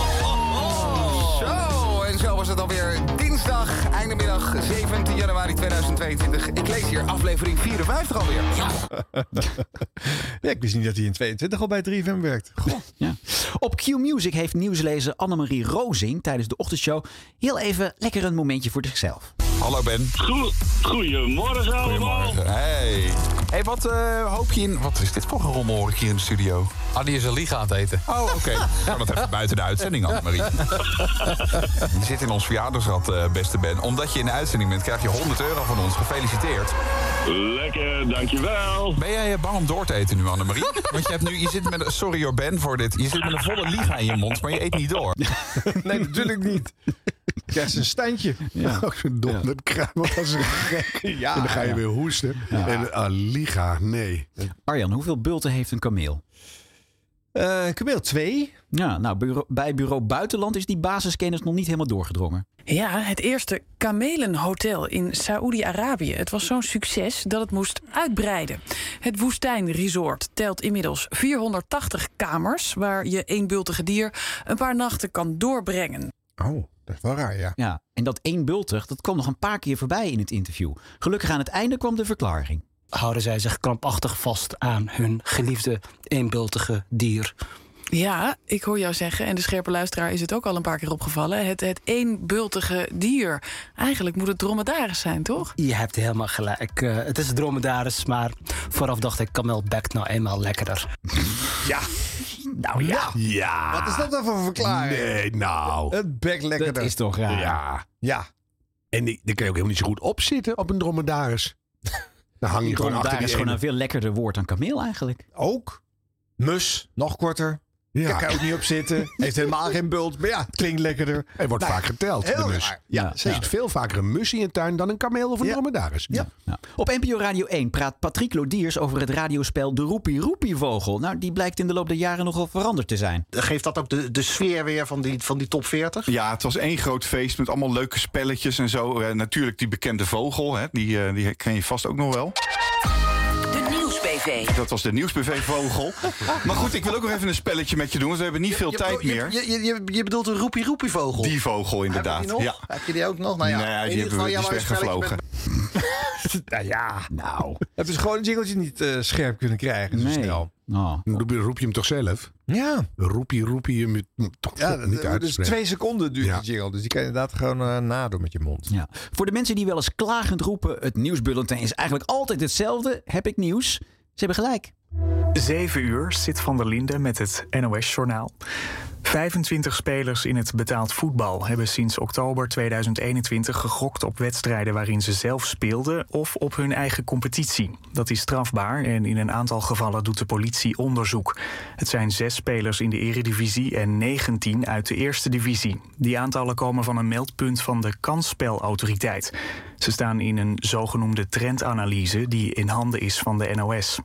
Zo, en zo was het alweer dinsdag, einde middag, 17 januari 2022. Ik lees hier aflevering 54 alweer. Ja. Ja, ik wist niet dat hij in 22 al bij 3FM werkt. Goh. Ja. Op Q-Music heeft nieuwslezer Annemarie Rozing tijdens de ochtendshow heel even lekker een momentje voor zichzelf. Hallo Ben. Goedemorgen allemaal. Goedemorgen. Hey, wat hoop je in... Wat is dit voor gerommel hoor ik hier in de studio? Annie is een lieg aan het eten. Oh, oké. Ja, dat even buiten de uitzending, Annemarie. Je zit in ons verjaardagsrad, beste Ben. Omdat je in de uitzending bent, krijg je €100 van ons. Gefeliciteerd. Lekker, dankjewel. Ben jij bang om door te eten nu, Annemarie? Want je zit met... Sorry hoor, Ben, voor dit. Je zit met een volle liga in je mond, maar je eet niet door. Nee, natuurlijk niet. Ja, het is een standje. Ja. Ook zo'n dom, dat kruimelt als een gek. Ja, en dan ga je weer hoesten. Ja. En liga, nee. Arjan, hoeveel bulten heeft een kameel? Kameel 2. Ja, nou, bij bureau Buitenland is die basiskennis nog niet helemaal doorgedrongen. Ja, het eerste kamelenhotel in Saoedi-Arabië. Het was zo'n succes dat het moest uitbreiden. Het Woestijnresort telt inmiddels 480 kamers... waar je eenbultige dier een paar nachten kan doorbrengen. Oh, dat is wel raar, ja. Ja, en dat eenbultig, dat kwam nog een paar keer voorbij in het interview. Gelukkig aan het einde kwam de verklaring. Houden zij zich krampachtig vast aan hun geliefde eenbultige dier? Ja, ik hoor jou zeggen, en de scherpe luisteraar is het ook al een paar keer opgevallen... het eenbultige dier. Eigenlijk moet het dromedaris zijn, toch? Je hebt helemaal gelijk. Het is dromedaris, maar vooraf dacht ik kamel bekt nou eenmaal lekkerder. Ja. Nou ja. Ja. Wat is dat dan voor een verklaring? Nee, nou. Het bek lekkerder. Dat is toch raar? Ja. Ja. En dan kan je ook helemaal niet zo goed opzitten op een dromedaris. Dan hang je gewoon achter die is gewoon een veel lekkerder woord dan kameel eigenlijk. Ook. Mus, nog korter. Ja. Daar kan je ook niet op zitten. Heeft helemaal geen bult. Maar ja, het klinkt lekkerder. Hij wordt vaak geteld, heel de mus. raar. Ja, er zit veel vaker een mus in je tuin dan een kameel of een dromedaris. Ja. Ja. Op NPO Radio 1 praat Patrick Lodiers over het radiospel De Roepie Roepie Vogel. Nou, die blijkt in de loop der jaren nogal veranderd te zijn. Geeft dat ook de sfeer weer van die top 40? Ja, het was één groot feest met allemaal leuke spelletjes en zo. Natuurlijk die bekende vogel, hè, die ken je vast ook nog wel. Dat was de Nieuwsbv-vogel. Maar goed, ik wil ook nog even een spelletje met je doen, want we hebben niet veel tijd meer. Je bedoelt een roepie-roepie-vogel? Die vogel, inderdaad. Heb je die nog? Ja. Heb je die ook nog? Nou ja, Nee, die is weggevlogen. Nou ja. Hebben ze gewoon een jingeltje niet scherp kunnen krijgen zo snel? Dan roep je hem toch zelf? Ja. Roepie, je moet toch niet uitspreken. Dus 2 seconden duurt die jingle. Dus die kan je inderdaad gewoon nadoen met je mond. Ja. Voor de mensen die wel eens klagend roepen... het nieuwsbulletin is eigenlijk altijd hetzelfde, heb ik nieuws. Ze hebben gelijk. 7 uur, Sid van der Linde met het NOS-journaal. 25 spelers in het betaald voetbal hebben sinds oktober 2021 gegokt op wedstrijden waarin ze zelf speelden of op hun eigen competitie. Dat is strafbaar en in een aantal gevallen doet de politie onderzoek. Het zijn 6 spelers in de eredivisie en 19 uit de eerste divisie. Die aantallen komen van een meldpunt van de kansspelautoriteit. Ze staan in een zogenoemde trendanalyse die in handen is van de NOS.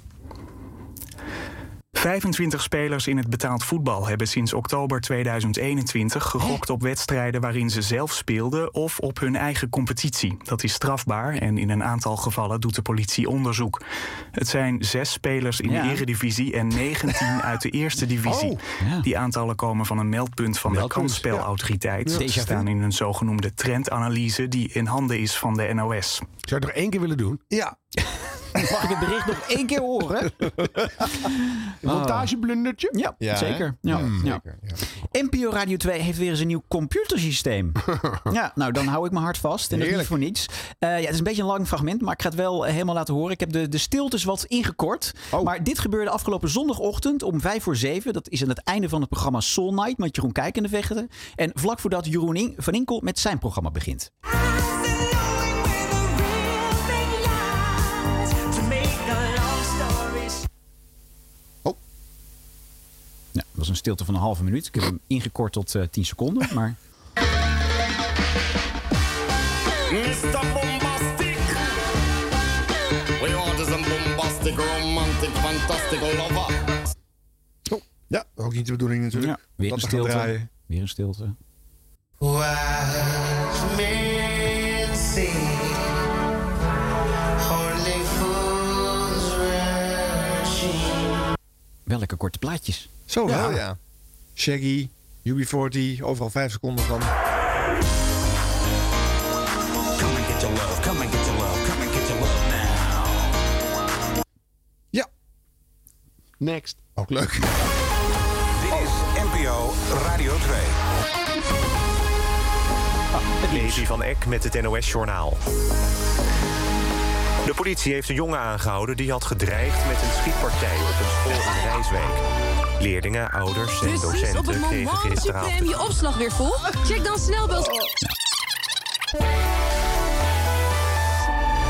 25 spelers in het betaald voetbal hebben sinds oktober 2021 gegokt op wedstrijden waarin ze zelf speelden of op hun eigen competitie. Dat is strafbaar en in een aantal gevallen doet de politie onderzoek. Het zijn 6 spelers in de eredivisie en 19 uit de eerste divisie. Die aantallen komen van een meldpunt van de kansspelautoriteit. Ze staan in een zogenoemde trendanalyse die in handen is van de NOS. Zou je het nog 1 keer willen doen? Ja. Mag ik het bericht nog 1 keer horen? Een montageblundertje? Ja, zeker. Ja. NPO Radio 2 heeft weer eens een nieuw computersysteem. Ja, nou dan hou ik mijn hart vast. En dat is niet voor niets. Het is een beetje een lang fragment, maar ik ga het wel helemaal laten horen. Ik heb de stiltes wat ingekort. Maar dit gebeurde afgelopen zondagochtend om 6:55. Dat is aan het einde van het programma Soul Night met Jeroen Kijkendevechten. En vlak voordat Jeroen van Inkel met zijn programma begint. Ja, dat was een stilte van een halve minuut. Ik heb hem ingekort tot 10 seconden, maar... Mr. Bombastic. We want some bombastic, romantic, fantastic lover. Oh, ja, ook niet de bedoeling natuurlijk. Ja, weer een stilte. Weer een stilte. Watch me sing. Only fools rushing. Wel lekker korte plaatjes. Zo wel, ja. Shaggy, UB40, overal 5 seconden van. Come and get your love, come and get your love, come and get your love now. Ja. Next. Ook leuk. Dit is NPO Radio 2. Levi van Eck met het NOS-journaal. De politie heeft een jongen aangehouden die had gedreigd met een schietpartij op een school in Rijswijk. Leerlingen, ouders en docenten kregen gisteravond... je opslag weer vol? Check dan snel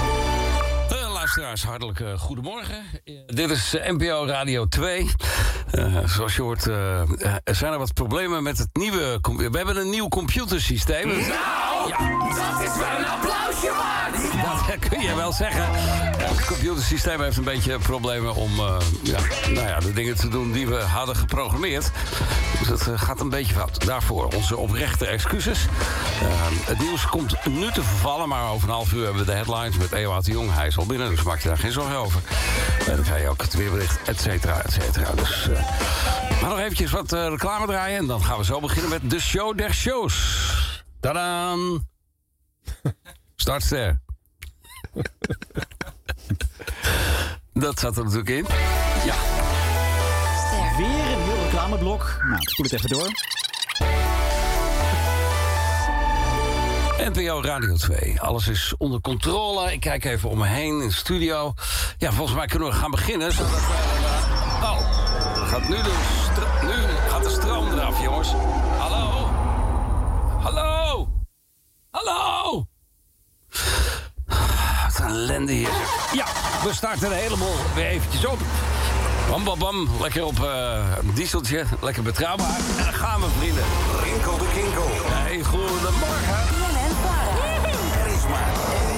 Luisteraars, hartelijk goedemorgen. Dit is NPO Radio 2. Zoals je hoort, er zijn er wat problemen met het nieuwe... We hebben een nieuw computersysteem. Nou, dat is wel een applausje waard. Dat kun je wel zeggen. Het computersysteem heeft een beetje problemen om de dingen te doen die we hadden geprogrammeerd. Dus het gaat een beetje fout. Daarvoor onze oprechte excuses. Het nieuws komt nu te vervallen, maar over een half uur hebben we de headlines met Ewout de Jong. Hij is al binnen, dus maak je daar geen zorgen over. En dan krijg je ook het weerbericht, et cetera, et cetera. Dus, maar nog eventjes wat reclame draaien en dan gaan we zo beginnen met de show der shows. Tadaan! Startster. Dat zat er natuurlijk in. Ja. Weer een heel reclameblok. Nou, ik spoel het even door. NPO Radio 2. Alles is onder controle. Ik kijk even om me heen in de studio. Ja, volgens mij kunnen we gaan beginnen. Zodat gaat nu gaat de stroom eraf, jongens. Hallo? Hallo? Hallo? Wat een ellende hier. Ja, we starten helemaal weer eventjes op. Bam, bam, bam. Lekker op een dieseltje. Lekker betrouwbaar. En dan gaan we, vrienden. Rinkel de Kinkel. Hey, goedemorgen. Er is maar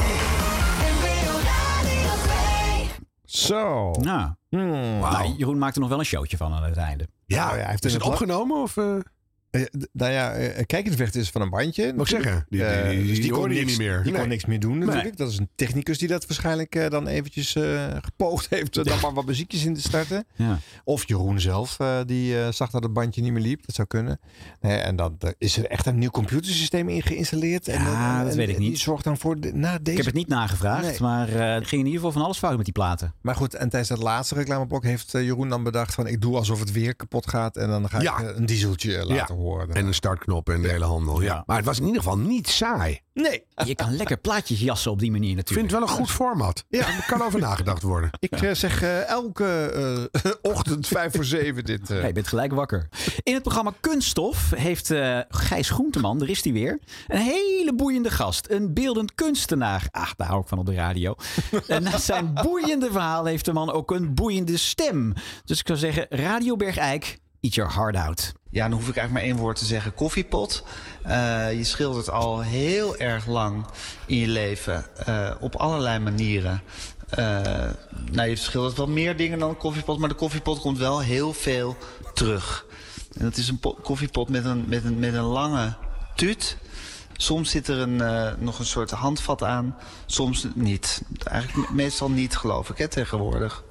Zo. Nou, nou, Jeroen maakt er nog wel een showtje van aan het einde. Ja, hij heeft is het opgenomen of... Kijk, het vecht is van een bandje. Moet ik zeggen, die hoorde je niet meer. Die kon niks meer doen natuurlijk. Nee. Dat is een technicus die dat waarschijnlijk dan eventjes gepoogd heeft. Dan maar wat muziekjes in te starten. Ja. Of Jeroen zelf, die zag dat het bandje niet meer liep. Dat zou kunnen. En dan is er echt een nieuw computersysteem in geïnstalleerd. Ja, dat weet ik niet. Die zorgt dan voor deze... Ik heb het niet nagevraagd, maar er ging in ieder geval van alles fout met die platen. Maar goed, en tijdens dat laatste reclameblok heeft Jeroen dan bedacht van... ik doe alsof het weer kapot gaat en dan ga ik een dieseltje laten horen. En een startknop en de hele handel. Ja. Maar het was in ieder geval niet saai. Nee. Je kan lekker plaatjes jassen op die manier natuurlijk. Ik vind het wel een goed format. Ja. Er kan over nagedacht worden. Ik zeg elke ochtend 6:55 dit. Je bent gelijk wakker. In het programma Kunststof heeft Gijs Groenteman, daar is hij weer, een hele boeiende gast. Een beeldend kunstenaar. Ach, daar hou ik van op de radio. En naast zijn boeiende verhaal heeft de man ook een boeiende stem. Dus ik zou zeggen, Radio Bergijk, eat your heart out. Ja, dan hoef ik eigenlijk maar één woord te zeggen. Koffiepot. Je schildert al heel erg lang in je leven. Op allerlei manieren. Je schildert wel meer dingen dan een koffiepot. Maar de koffiepot komt wel heel veel terug. En dat is een koffiepot met een lange tuut. Soms zit er nog een soort handvat aan. Soms niet. Eigenlijk meestal niet, geloof ik, tegenwoordig.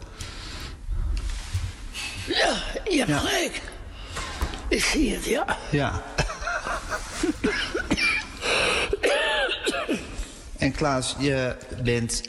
Ja, je hebt gelijk. Ik zie het, ja. Ja. En Klaas, je bent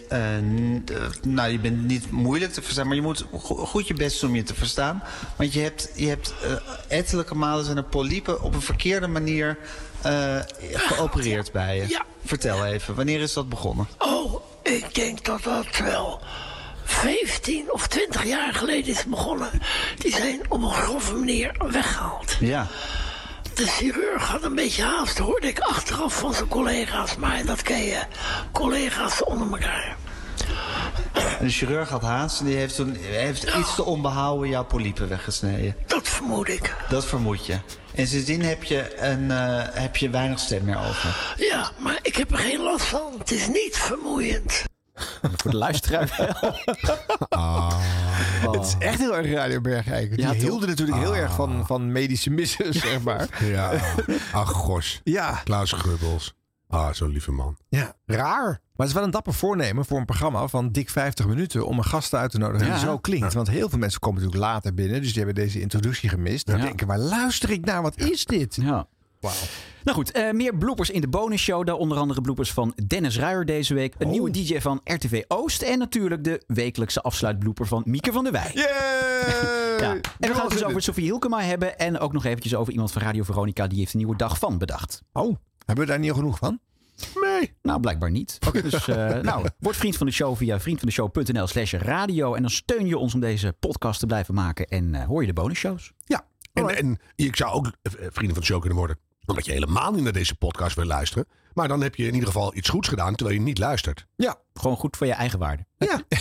niet moeilijk te verstaan, maar je moet goed je best doen om je te verstaan. Want je hebt ettelijke malen zijn er polypen op een verkeerde manier geopereerd bij je. Ja. Vertel even, wanneer is dat begonnen? Oh, ik denk dat dat wel 15 of 20 jaar geleden is begonnen. Die zijn op een grove manier weggehaald. Ja. De chirurg had een beetje haast, hoorde ik achteraf van zijn collega's. Maar dat ken je, collega's onder elkaar. De chirurg had haast en die heeft iets te onbehouden jouw polypen weggesneden. Dat vermoed ik. Dat vermoed je. En sindsdien heb je weinig stem meer over. Ja, maar ik heb er geen last van. Het is niet vermoeiend. Voor de luisteraar wel. Het is echt heel erg Radio Bergijk. Die hielden natuurlijk heel erg van medische missen, zeg maar. Ja. Ach, gos. Ja. Klaus Gubbels. Zo'n lieve man. Ja, raar. Maar het is wel een dapper voornemen voor een programma van dik 50 minuten... om een gast uit te nodigen die zo klinkt. Ja. Want heel veel mensen komen natuurlijk later binnen. Dus die hebben deze introductie gemist. En denken, waar luister ik naar? Wat is dit? Ja. Wauw. Nou goed, meer bloopers in de bonusshow. Daar onder andere bloopers van Dennis Ruijer deze week. Een nieuwe DJ van RTV Oost. En natuurlijk de wekelijkse afsluitblooper van Mieke van der Wij. Yeah! En we gaan het dus over Sofie Hielkema hebben. En ook nog eventjes over iemand van Radio Veronica. Die heeft een nieuwe dag van bedacht. Oh, hebben we daar niet al genoeg van? Nee. Nou, blijkbaar niet. Dus word vriend van de show via vriendvandeshow.nl/radio. En dan steun je ons om deze podcast te blijven maken. En hoor je de bonusshows. Ja, en ik zou ook vrienden van de show kunnen worden. Omdat je helemaal niet naar deze podcast wil luisteren. Maar dan heb je in ieder geval iets goeds gedaan terwijl je niet luistert. Ja, gewoon goed voor je eigen waarde. Ja.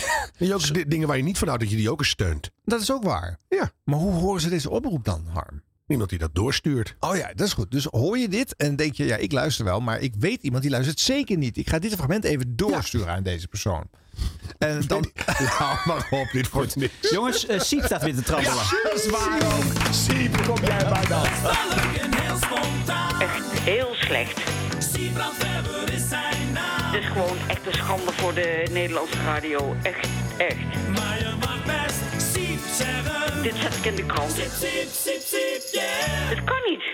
je ook dingen waar je niet van houdt, dat je die ook eens steunt. Dat is ook waar. Ja. Maar hoe horen ze deze oproep dan, Harm? Iemand die dat doorstuurt. Oh ja, dat is goed. Dus hoor je dit en denk je, ja, ik luister wel, maar ik weet iemand die luistert zeker niet. Ik ga dit fragment even doorsturen aan deze persoon. En dan... Nou, maar op, dit wordt niks. Jongens, Siep staat weer te trappelen. Dat is waar ook. Siep, kom jij bij dan. Echt heel slecht. Het is gewoon echt een schande voor de Nederlandse radio. Echt. Maar je mag best Siep zeggen. Dit zet ik in de krant. Siep, yeah. Het kan niet.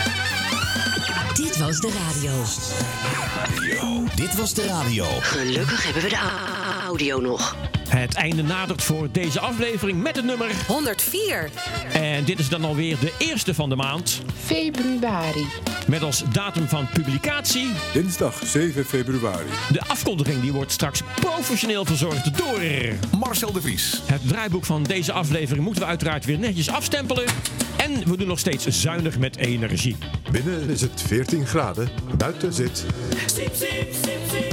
Dit was de radio. Dit was de radio. Gelukkig hebben we de audio nog. Het einde nadert voor deze aflevering met het nummer 104. En dit is dan alweer de eerste van de maand. Februari. Met als datum van publicatie... dinsdag 7 februari. De afkondiging die wordt straks professioneel verzorgd door... Marcel de Vries. Het draaiboek van deze aflevering moeten we uiteraard weer netjes afstempelen. En we doen nog steeds zuinig met energie. Binnen is het 14 graden. Buiten zit... Siep, siep, siep, siep,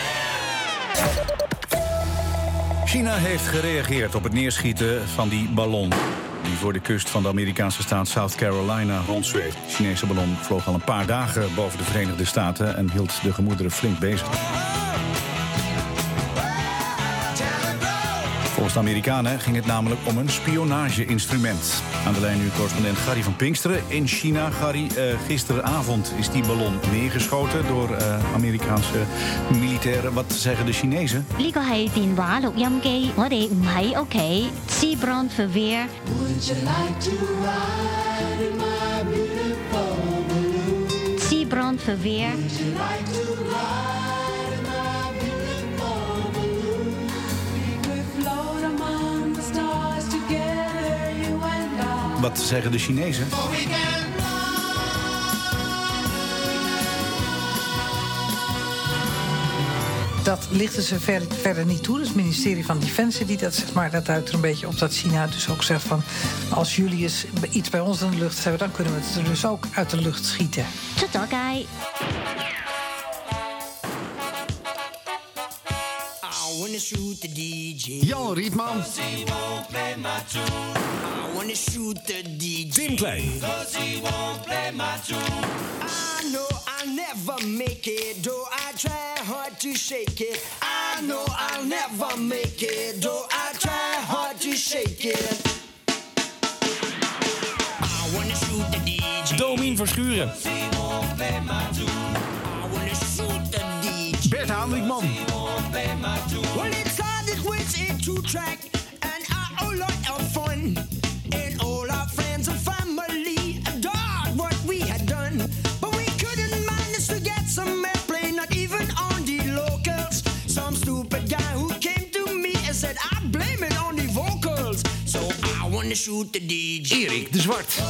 China heeft gereageerd op het neerschieten van die ballon die voor de kust van de Amerikaanse staat South Carolina rondzweeft. De Chinese ballon vloog al een paar dagen boven de Verenigde Staten en hield de gemoederen flink bezig. Volgens de Amerikanen ging het namelijk om een spionage-instrument. Aan de lijn nu correspondent Gary van Pinksteren in China. Gary, gisteravond is die ballon neergeschoten door Amerikaanse militairen. Wat zeggen de Chinezen? 呢個係電話錄音機，我哋唔喺屋企。Cibron verweer。Cibron verweer。 Wat zeggen de Chinezen? Dat lichten ze verder niet toe. Dat is het ministerie van Defensie die dat zegt. Maar dat duidt er een beetje op dat China dus ook zegt van... als jullie eens iets bij ons in de lucht hebben... dan kunnen we het er dus ook uit de lucht schieten. Jan Rietman. Tim Klein. I know I'll never make it, though I try hard to shake it. I know I'll never make it, though I try hard to shake it. I wanna shoot the DJ. Domien Verschuren. Bert Hamelingman. Well, it's hard to switch it to track, and I a lot of fun. And all our friends and family adored what we had done. But we couldn't manage to get some airplay, not even on the locals. Some stupid guy who came to me and said, I blame it on the vocals. So I wanna shoot the DJ. Erik de Zwart. I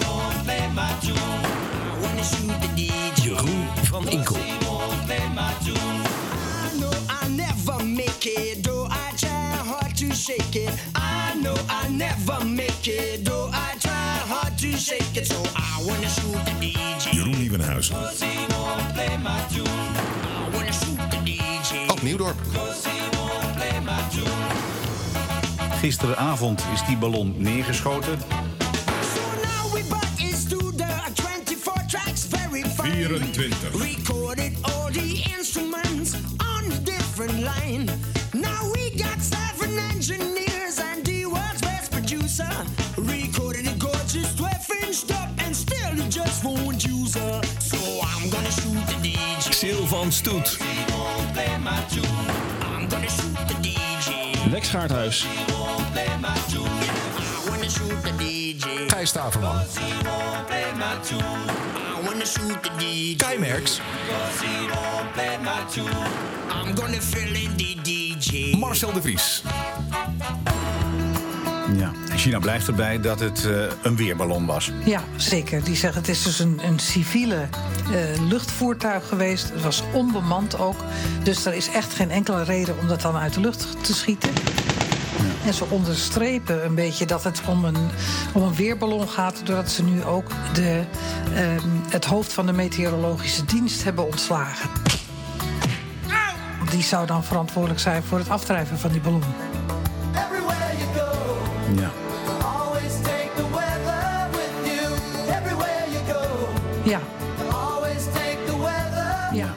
wanna shoot the DJ. Jeroen van Inkel. I know I'll never make it, though I try hard to shake it. I know I'll never make it, though I try hard to shake it. So I wanna shoot the DJ. Jeroen Nieuwenhuizen. I wanna shoot the DJ. Op Nieuwdorp. Gisteravond is die ballon neergeschoten. So now we back is to the 24 tracks, very fine. 24. Recorded all the instruments on a different line. Now we got 7 engineers and the world's best producer. Recorded a gorgeous 12-inch dub and still it just won't use her. So I'm gonna shoot the DJ. Sil van Stoet. I'm gonna shoot the DJ. Lex Gaardhuis. I wanna shoot the DJ. Gijs Staverman. I wanna shoot the DJ. Kai Merks. I'm gonna fill in the DJ. Marcel de Vries. Ja, China blijft erbij dat het een weerballon was. Ja, zeker. Die zeggen het is dus een civiele luchtvoertuig geweest. Het was onbemand ook. Dus er is echt geen enkele reden om dat dan uit de lucht te schieten. Ja. En ze onderstrepen een beetje dat het om een weerballon gaat... doordat ze nu ook het hoofd van de meteorologische dienst hebben ontslagen. Die zou dan verantwoordelijk zijn voor het afdrijven van die ballon. Ja. Ja.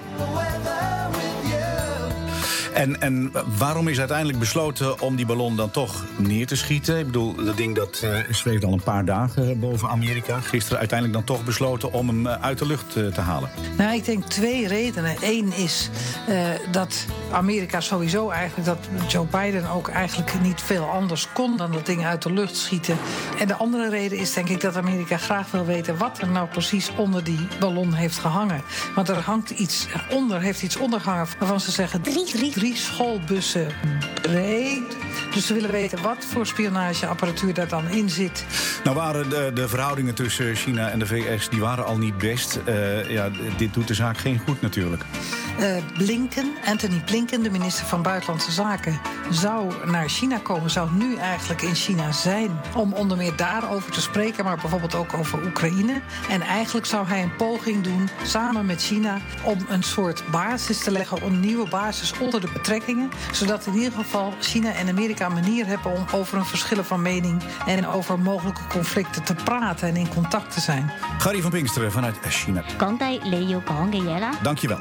En waarom is uiteindelijk besloten om die ballon dan toch neer te schieten? Ik bedoel, dat ding dat zweeft al een paar dagen boven Amerika. Gisteren uiteindelijk dan toch besloten om hem uit de lucht te halen. Nou, ik denk 2 redenen. Eén is dat Amerika sowieso eigenlijk, dat Joe Biden ook eigenlijk niet veel anders kon dan dat ding uit de lucht schieten. En de andere reden is denk ik dat Amerika graag wil weten wat er nou precies onder die ballon heeft gehangen. Want er hangt iets onder, heeft iets ondergehangen waarvan ze zeggen 3 schoolbussen breed. Dus ze willen weten wat voor spionageapparatuur daar dan in zit. Nou waren de verhoudingen tussen China en de VS, die waren al niet best. Dit doet de zaak geen goed natuurlijk. Anthony Blinken, de minister van Buitenlandse Zaken, zou naar China komen, zou nu eigenlijk in China zijn om onder meer daarover te spreken, maar bijvoorbeeld ook over Oekraïne. En eigenlijk zou hij een poging doen, samen met China, om een soort basis te leggen, een nieuwe basis onder de betrekkingen, zodat in ieder geval China en Amerika een manier hebben om over een verschillen van mening en over mogelijke conflicten te praten en in contact te zijn. Gary van Pinksteren vanuit China. Dank je wel.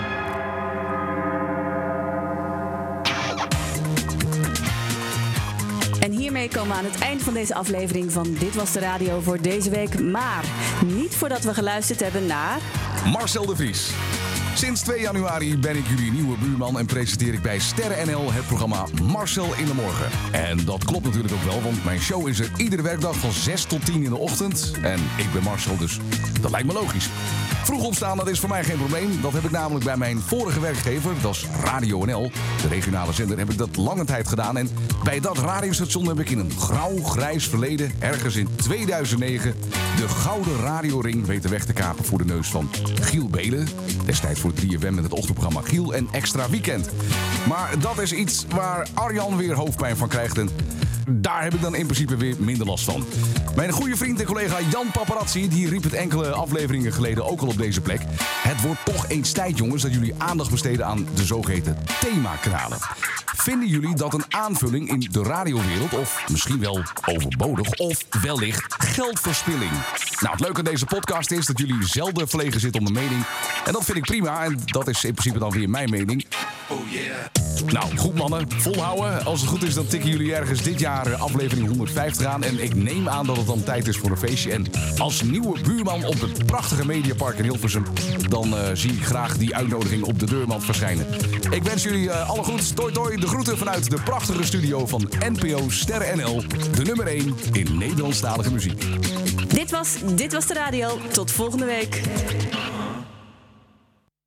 En hiermee komen we aan het eind van deze aflevering van Dit Was de Radio voor deze week. Maar niet voordat we geluisterd hebben naar Marcel de Vries. Sinds 2 januari ben ik jullie nieuwe buurman en presenteer ik bij Sterren NL het programma Marcel in de Morgen. En dat klopt natuurlijk ook wel, want mijn show is er iedere werkdag van 6 tot 10 in de ochtend. En ik ben Marcel, dus dat lijkt me logisch. Vroeg opstaan, dat is voor mij geen probleem. Dat heb ik namelijk bij mijn vorige werkgever, dat is Radio NL, de regionale zender, heb ik dat lange tijd gedaan. En bij dat radiostation heb ik in een grauw-grijs verleden, ergens in 2009, de Gouden Radioring weten weg te kapen voor de neus van Giel Belen. Destijds voor 3FM met het ochtendprogramma Giel en Extra Weekend. Maar dat is iets waar Arjan weer hoofdpijn van krijgt en daar heb ik dan in principe weer minder last van. Mijn goede vriend en collega Jan Paparazzi, die riep het enkele afleveringen geleden ook al op deze plek. Het wordt toch eens tijd, jongens, dat jullie aandacht besteden aan de zogeheten themakanalen. Vinden jullie dat een aanvulling in de radiowereld, of misschien wel overbodig, of wellicht geldverspilling? Nou, het leuke aan deze podcast is dat jullie zelden verlegen zitten om een mening. En dat vind ik prima, en dat is in principe dan weer mijn mening. Oh yeah. Nou, goed mannen, volhouden. Als het goed is, dan tikken jullie ergens dit jaar aflevering 150 aan. En ik neem aan dat het dan tijd is voor een feestje. En als nieuwe buurman op het prachtige Mediapark in Hilversum, dan zie ik graag die uitnodiging op de deurmat verschijnen. Ik wens jullie alle goeds. Toi toi, de groeten vanuit de prachtige studio van NPO Sterren NL. De nummer 1 in Nederlandstalige muziek. Dit was de radio. Tot volgende week.